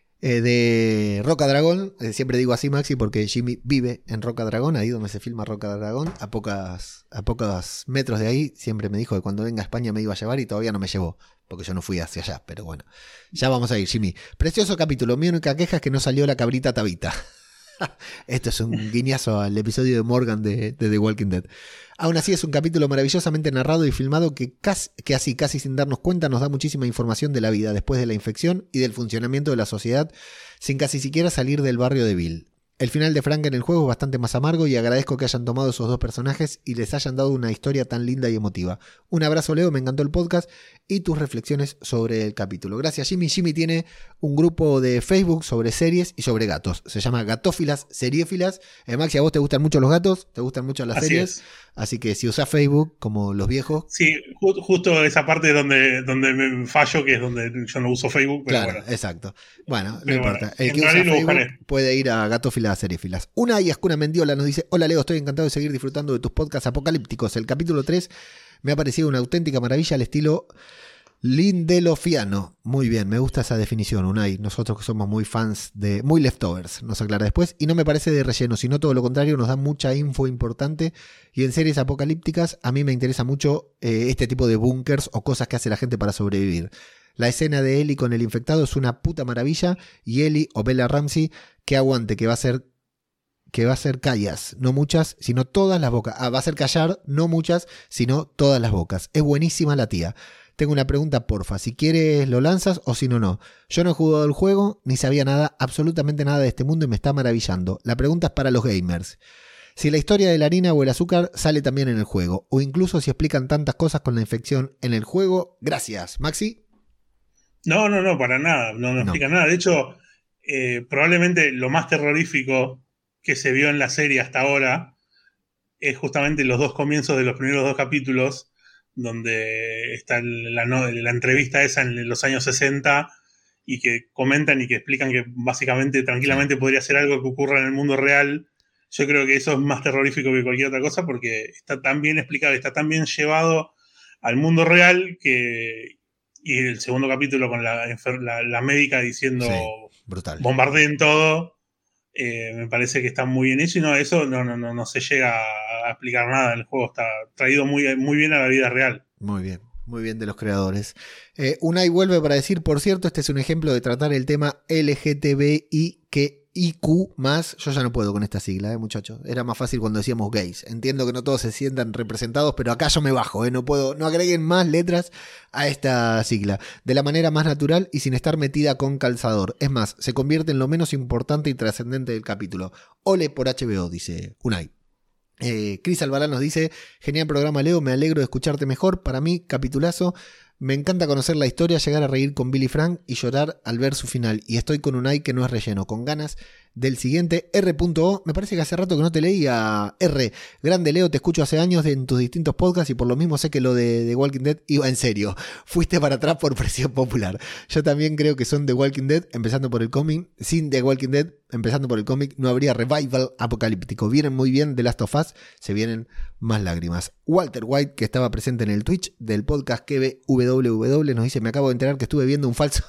de Roca Dragón. Siempre digo así, Maxi, porque Jimmy vive en Roca Dragón, ahí donde se filma Roca Dragón, a pocos metros de ahí. Siempre me dijo que cuando venga a España me iba a llevar y todavía no me llevó, porque yo no fui hacia allá, pero bueno, ya vamos a ir, Jimmy. Precioso capítulo, mi única queja es que no salió la cabrita Tabita. Esto es un guiñazo al episodio de Morgan de The Walking Dead. Aún así es un capítulo maravillosamente narrado y filmado que casi sin darnos cuenta nos da muchísima información de la vida después de la infección y del funcionamiento de la sociedad sin casi siquiera salir del barrio de Bill. El final de Frank en el juego es bastante más amargo y agradezco que hayan tomado esos dos personajes y les hayan dado una historia tan linda y emotiva. Un abrazo, Leo, me encantó el podcast y tus reflexiones sobre el capítulo. Gracias, Jimmy. Jimmy tiene un grupo de Facebook sobre series y sobre gatos. Se llama Gatófilas Seriéfilas. Maxi, ¿a vos te gustan mucho los gatos? ¿Te gustan mucho las series? Así que si usás Facebook, como los viejos... Sí, justo esa parte donde me fallo, que es donde yo no uso Facebook. Pero claro, bueno. Exacto. Bueno, no importa. El que usa Facebook puede ir a Gatófilas Seriéfilas. Una y Ascuna Mendiola nos dice: hola Leo, estoy encantado de seguir disfrutando de tus podcasts apocalípticos. El capítulo 3 me ha parecido una auténtica maravilla al estilo Lindelofiano. Muy bien, me gusta esa definición, Unai. Nosotros que somos muy fans de... Muy leftovers, nos aclara después. Y no me parece de relleno, sino todo lo contrario, nos da mucha info importante. Y en series apocalípticas, a mí me interesa mucho este tipo de búnkers o cosas que hace la gente para sobrevivir. La escena de Ellie con el infectado es una puta maravilla. Y Ellie o Bella Ramsey, que aguante, que va a ser callas, no muchas, sino todas las bocas. Va a ser callar, no muchas, sino todas las bocas. Es buenísima la tía. Tengo una pregunta, porfa. Si quieres lo lanzas o si no, no. Yo no he jugado el juego, ni sabía nada, absolutamente nada de este mundo y me está maravillando. La pregunta es para los gamers. Si la historia de la harina o el azúcar sale también en el juego, o incluso si explican tantas cosas con la infección en el juego. Gracias. ¿Maxi? No, para nada. No explica nada. De hecho, probablemente lo más terrorífico que se vio en la serie hasta ahora es justamente los dos comienzos de los primeros dos capítulos, donde está la entrevista esa en los años 60 y que comentan y que explican que básicamente tranquilamente podría ser algo que ocurra en el mundo real. Yo creo que eso es más terrorífico que cualquier otra cosa porque está tan bien explicado, está tan bien llevado al mundo real que... Y el segundo capítulo con la médica diciendo brutal. Bombardeen todo. Me parece que está muy bien hecho y eso no se llega a explicar nada en el juego. Está traído muy, muy bien a la vida real. Muy bien de los creadores. Unai vuelve para decir, por cierto, este es un ejemplo de tratar el tema LGTBI que IQ más. Yo ya no puedo con esta sigla, muchachos. Era más fácil cuando decíamos gays. Entiendo que no todos se sientan representados, pero acá yo me bajo, no puedo, no agreguen más letras a esta sigla. De la manera más natural y sin estar metida con calzador. Es más, se convierte en lo menos importante y trascendente del capítulo. Ole por HBO, dice Unai. Cris Alvarán nos dice, genial programa Leo, me alegro de escucharte mejor, para mí capitulazo, me encanta conocer la historia, llegar a reír con Billy Frank y llorar al ver su final, y estoy con Unai que no es relleno, con ganas del siguiente. R.O, me parece que hace rato que no te leía. R, grande Leo, te escucho hace años en tus distintos podcasts y por lo mismo sé que lo de The Walking Dead iba en serio, fuiste para atrás por presión popular. Yo también creo que son The Walking Dead, empezando por el cómic, sin The Walking Dead, empezando por el cómic, no habría revival apocalíptico. Vienen muy bien The Last of Us, se vienen más lágrimas. Walter White, que estaba presente en el Twitch del podcast KBWW, nos dice, me acabo de enterar que estuve viendo un falso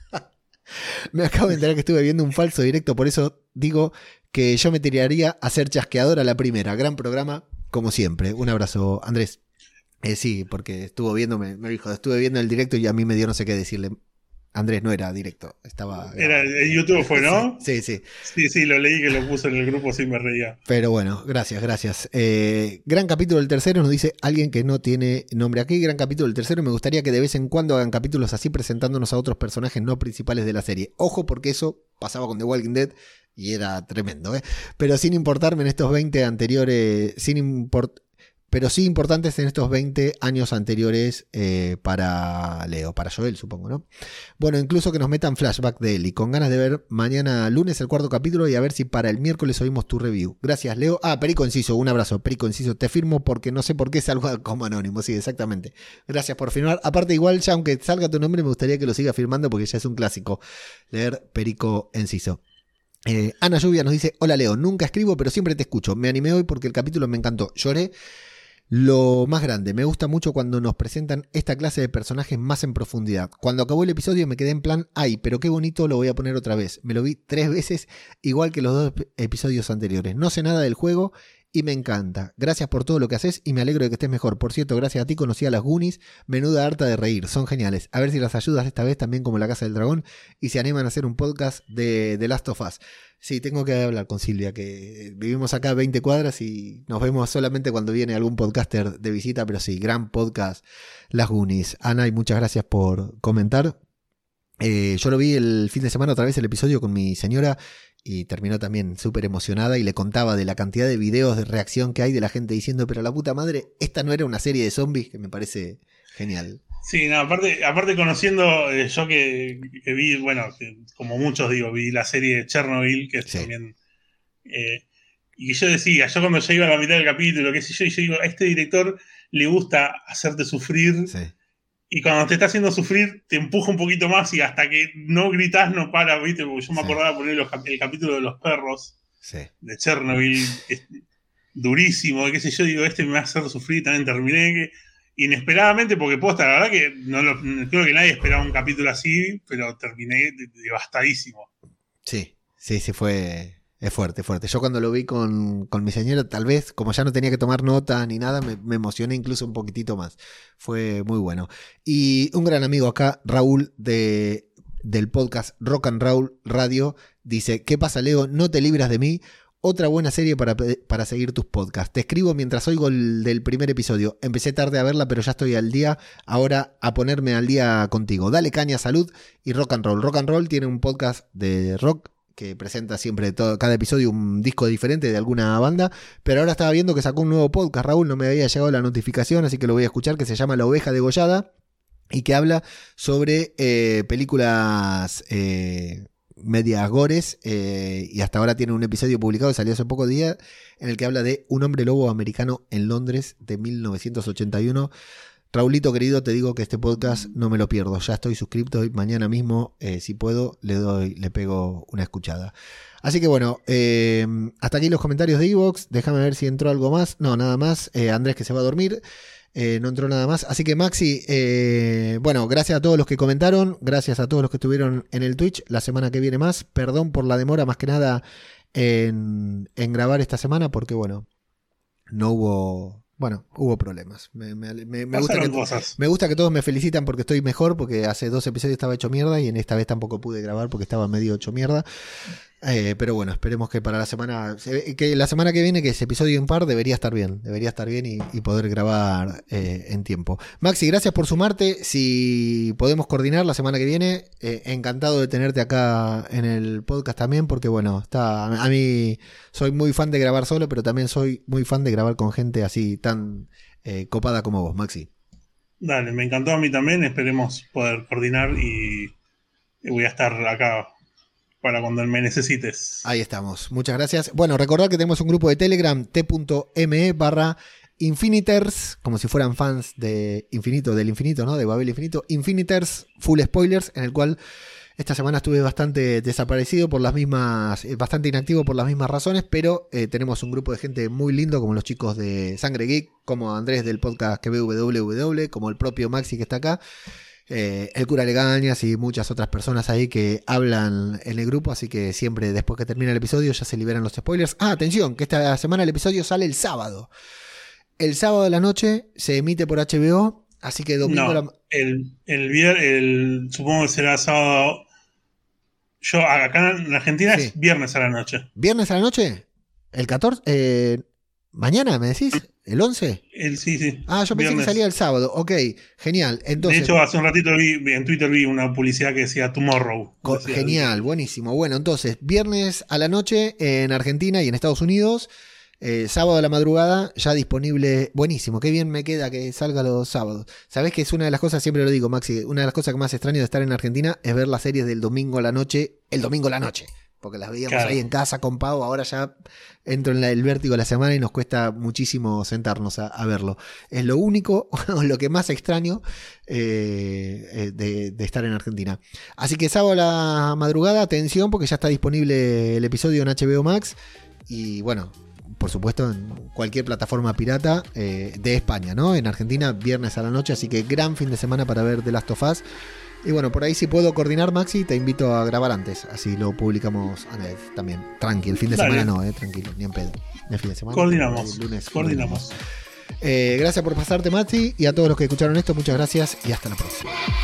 directo, por eso digo que yo me tiraría a ser chasqueador a la primera. Gran programa, como siempre. Un abrazo, Andrés. Sí, porque estuvo viendo, me dijo, estuve viendo el directo y a mí me dio no sé qué decirle. Andrés, no era directo, estaba... Era en YouTube fue, ¿no? Sí. Sí, lo leí que lo puso en el grupo, sí me reía. Pero bueno, gracias. Gran capítulo del tercero, nos dice alguien que no tiene nombre aquí. Gran capítulo del tercero, me gustaría que de vez en cuando hagan capítulos así presentándonos a otros personajes no principales de la serie. Ojo, porque eso pasaba con The Walking Dead y era tremendo, Pero sin importarme en estos 20 anteriores, pero sí importantes en estos 20 años anteriores para Leo, para Joel, supongo, ¿no? Bueno, incluso que nos metan flashback de él y con ganas de ver mañana lunes el cuarto capítulo y a ver si para el miércoles oímos tu review. Gracias, Leo. Perico Enciso, un abrazo. Perico Enciso, te firmo porque no sé por qué salgo como anónimo. Sí, exactamente. Gracias por firmar. Aparte, igual, ya aunque salga tu nombre, me gustaría que lo siga firmando porque ya es un clásico leer Perico Enciso. Ana Lluvia nos dice, hola Leo, nunca escribo pero siempre te escucho. Me animé hoy porque el capítulo me encantó. Lloré. Lo más grande, me gusta mucho cuando nos presentan esta clase de personajes más en profundidad. Cuando acabó el episodio me quedé en plan, ay, pero qué bonito, lo voy a poner otra vez. Me lo vi 3 veces, igual que los 2 episodios anteriores. No sé nada del juego y me encanta. Gracias por todo lo que haces y me alegro de que estés mejor. Por cierto, gracias a ti conocí a las Goonies, menuda harta de reír, son geniales. A ver si las ayudas esta vez también como La Casa del Dragón y se animan a hacer un podcast de The Last of Us. Sí, tengo que hablar con Silvia, que vivimos acá a 20 cuadras y nos vemos solamente cuando viene algún podcaster de visita, pero sí, gran podcast, Las Goonies. Ana, y muchas gracias por comentar. Yo lo vi el fin de semana otra vez el episodio con mi señora y terminó también súper emocionada y le contaba de la cantidad de videos de reacción que hay de la gente diciendo, pero la puta madre, esta no era una serie de zombies, que me parece genial. Sí, no, aparte conociendo, yo que vi, bueno, que como muchos digo, vi la serie de Chernobyl, que es también... y que yo decía, yo cuando ya iba a la mitad del capítulo, qué sé yo, y yo digo, a este director le gusta hacerte sufrir, y cuando te está haciendo sufrir, te empuja un poquito más y hasta que no gritas no para, ¿viste? Porque yo me acordaba poner el capítulo de los perros de Chernobyl, durísimo, qué sé yo, digo, este me va a hacer sufrir, también terminé... inesperadamente, porque posta, la verdad que creo que nadie esperaba un capítulo así, pero terminé devastadísimo. Sí, es fuerte. Yo cuando lo vi con mi señora, tal vez, como ya no tenía que tomar nota ni nada, me emocioné incluso un poquitito más. Fue muy bueno. Y un gran amigo acá, Raúl, del podcast Rock and Roll Radio, dice: ¿qué pasa, Leo? No te libras de mí. Otra buena serie para seguir tus podcasts. Te escribo mientras oigo el del primer episodio. Empecé tarde a verla, pero ya estoy al día. Ahora a ponerme al día contigo. Dale caña, salud y rock and roll. Rock and Roll tiene un podcast de rock que presenta siempre cada episodio un disco diferente de alguna banda. Pero ahora estaba viendo que sacó un nuevo podcast, Raúl. No me había llegado la notificación, así que lo voy a escuchar, que se llama La Oveja Degollada y que habla sobre películas... medias gores, y hasta ahora tiene un episodio publicado que salió hace pocos días en el que habla de un hombre lobo americano en Londres de 1981. Raulito querido, te digo que este podcast no me lo pierdo, ya estoy suscripto y mañana mismo, si puedo, le pego una escuchada. Así que bueno, hasta aquí los comentarios de Evox. Déjame ver si entró algo más. No, nada más. Andrés, que se va a dormir. No entró nada más. Así que Maxi, bueno, gracias a todos los que comentaron, gracias a todos los que estuvieron en el Twitch. La semana que viene más. Perdón por la demora, más que nada en grabar esta semana, porque bueno, no hubo... Bueno, hubo problemas. Me gusta que todos me felicitan porque estoy mejor, porque hace 2 episodios estaba hecho mierda y en esta vez tampoco pude grabar porque estaba medio hecho mierda. Pero bueno, esperemos que para la semana que viene, que es episodio impar, debería estar bien y poder grabar en tiempo. Maxi, gracias por sumarte. Si podemos coordinar la semana que viene, encantado de tenerte acá en el podcast también, porque bueno, a mí soy muy fan de grabar solo, pero también soy muy fan de grabar con gente así tan copada como vos, Maxi. Dale, me encantó a mí también. Esperemos poder coordinar y voy a estar acá para cuando me necesites. Ahí estamos, muchas gracias. Bueno, recordad que tenemos un grupo de Telegram, t.me/Infiniters, como si fueran fans de Infinito, del Infinito, ¿no? De Babel Infinito. Infiniters, full spoilers, en el cual esta semana estuve bastante desaparecido por las mismas, bastante inactivo por las mismas razones, pero tenemos un grupo de gente muy lindo, como los chicos de Sangre Geek, como Andrés del podcast QBWW, como el propio Maxi que está acá. El cura Legañas y muchas otras personas ahí que hablan en el grupo, así que siempre después que termina el episodio ya se liberan los spoilers. Atención, que esta semana el episodio sale el sábado. El sábado de la noche se emite por HBO, así que domingo... No, el viernes, supongo que será sábado. Yo acá en Argentina sí. Es viernes a la noche. ¿Viernes a la noche? ¿El 14? ¿Mañana me decís? ¿El 11? Sí. Yo pensé viernes. Que salía el sábado. Ok, genial. Entonces, de hecho, hace un ratito en Twitter vi una publicidad que decía Tomorrow. Genial, buenísimo. Bueno, entonces, viernes a la noche en Argentina y en Estados Unidos. Sábado a la madrugada, ya disponible. Buenísimo, qué bien me queda que salga los sábados. Sabés que es una de las cosas, siempre lo digo, Maxi, una de las cosas que más extraño de estar en Argentina es ver las series del domingo a la noche, el domingo a la noche. Porque las veíamos ahí en casa con Pau, ahora ya entro en el vértigo de la semana y nos cuesta muchísimo sentarnos a verlo. Es lo único, o lo que más extraño de estar en Argentina. Así que sábado a la madrugada, atención, porque ya está disponible el episodio en HBO Max. Y bueno, por supuesto en cualquier plataforma pirata de España, ¿no? En Argentina, viernes a la noche, así que gran fin de semana para ver The Last of Us. Y bueno, por ahí si puedo coordinar, Maxi, te invito a grabar antes. Así lo publicamos también. Tranqui, el fin de semana no, tranquilo, ni en pedo. El fin de semana. Coordinamos. El lunes coordinamos. Gracias por pasarte, Maxi. Y a todos los que escucharon esto, muchas gracias y hasta la próxima.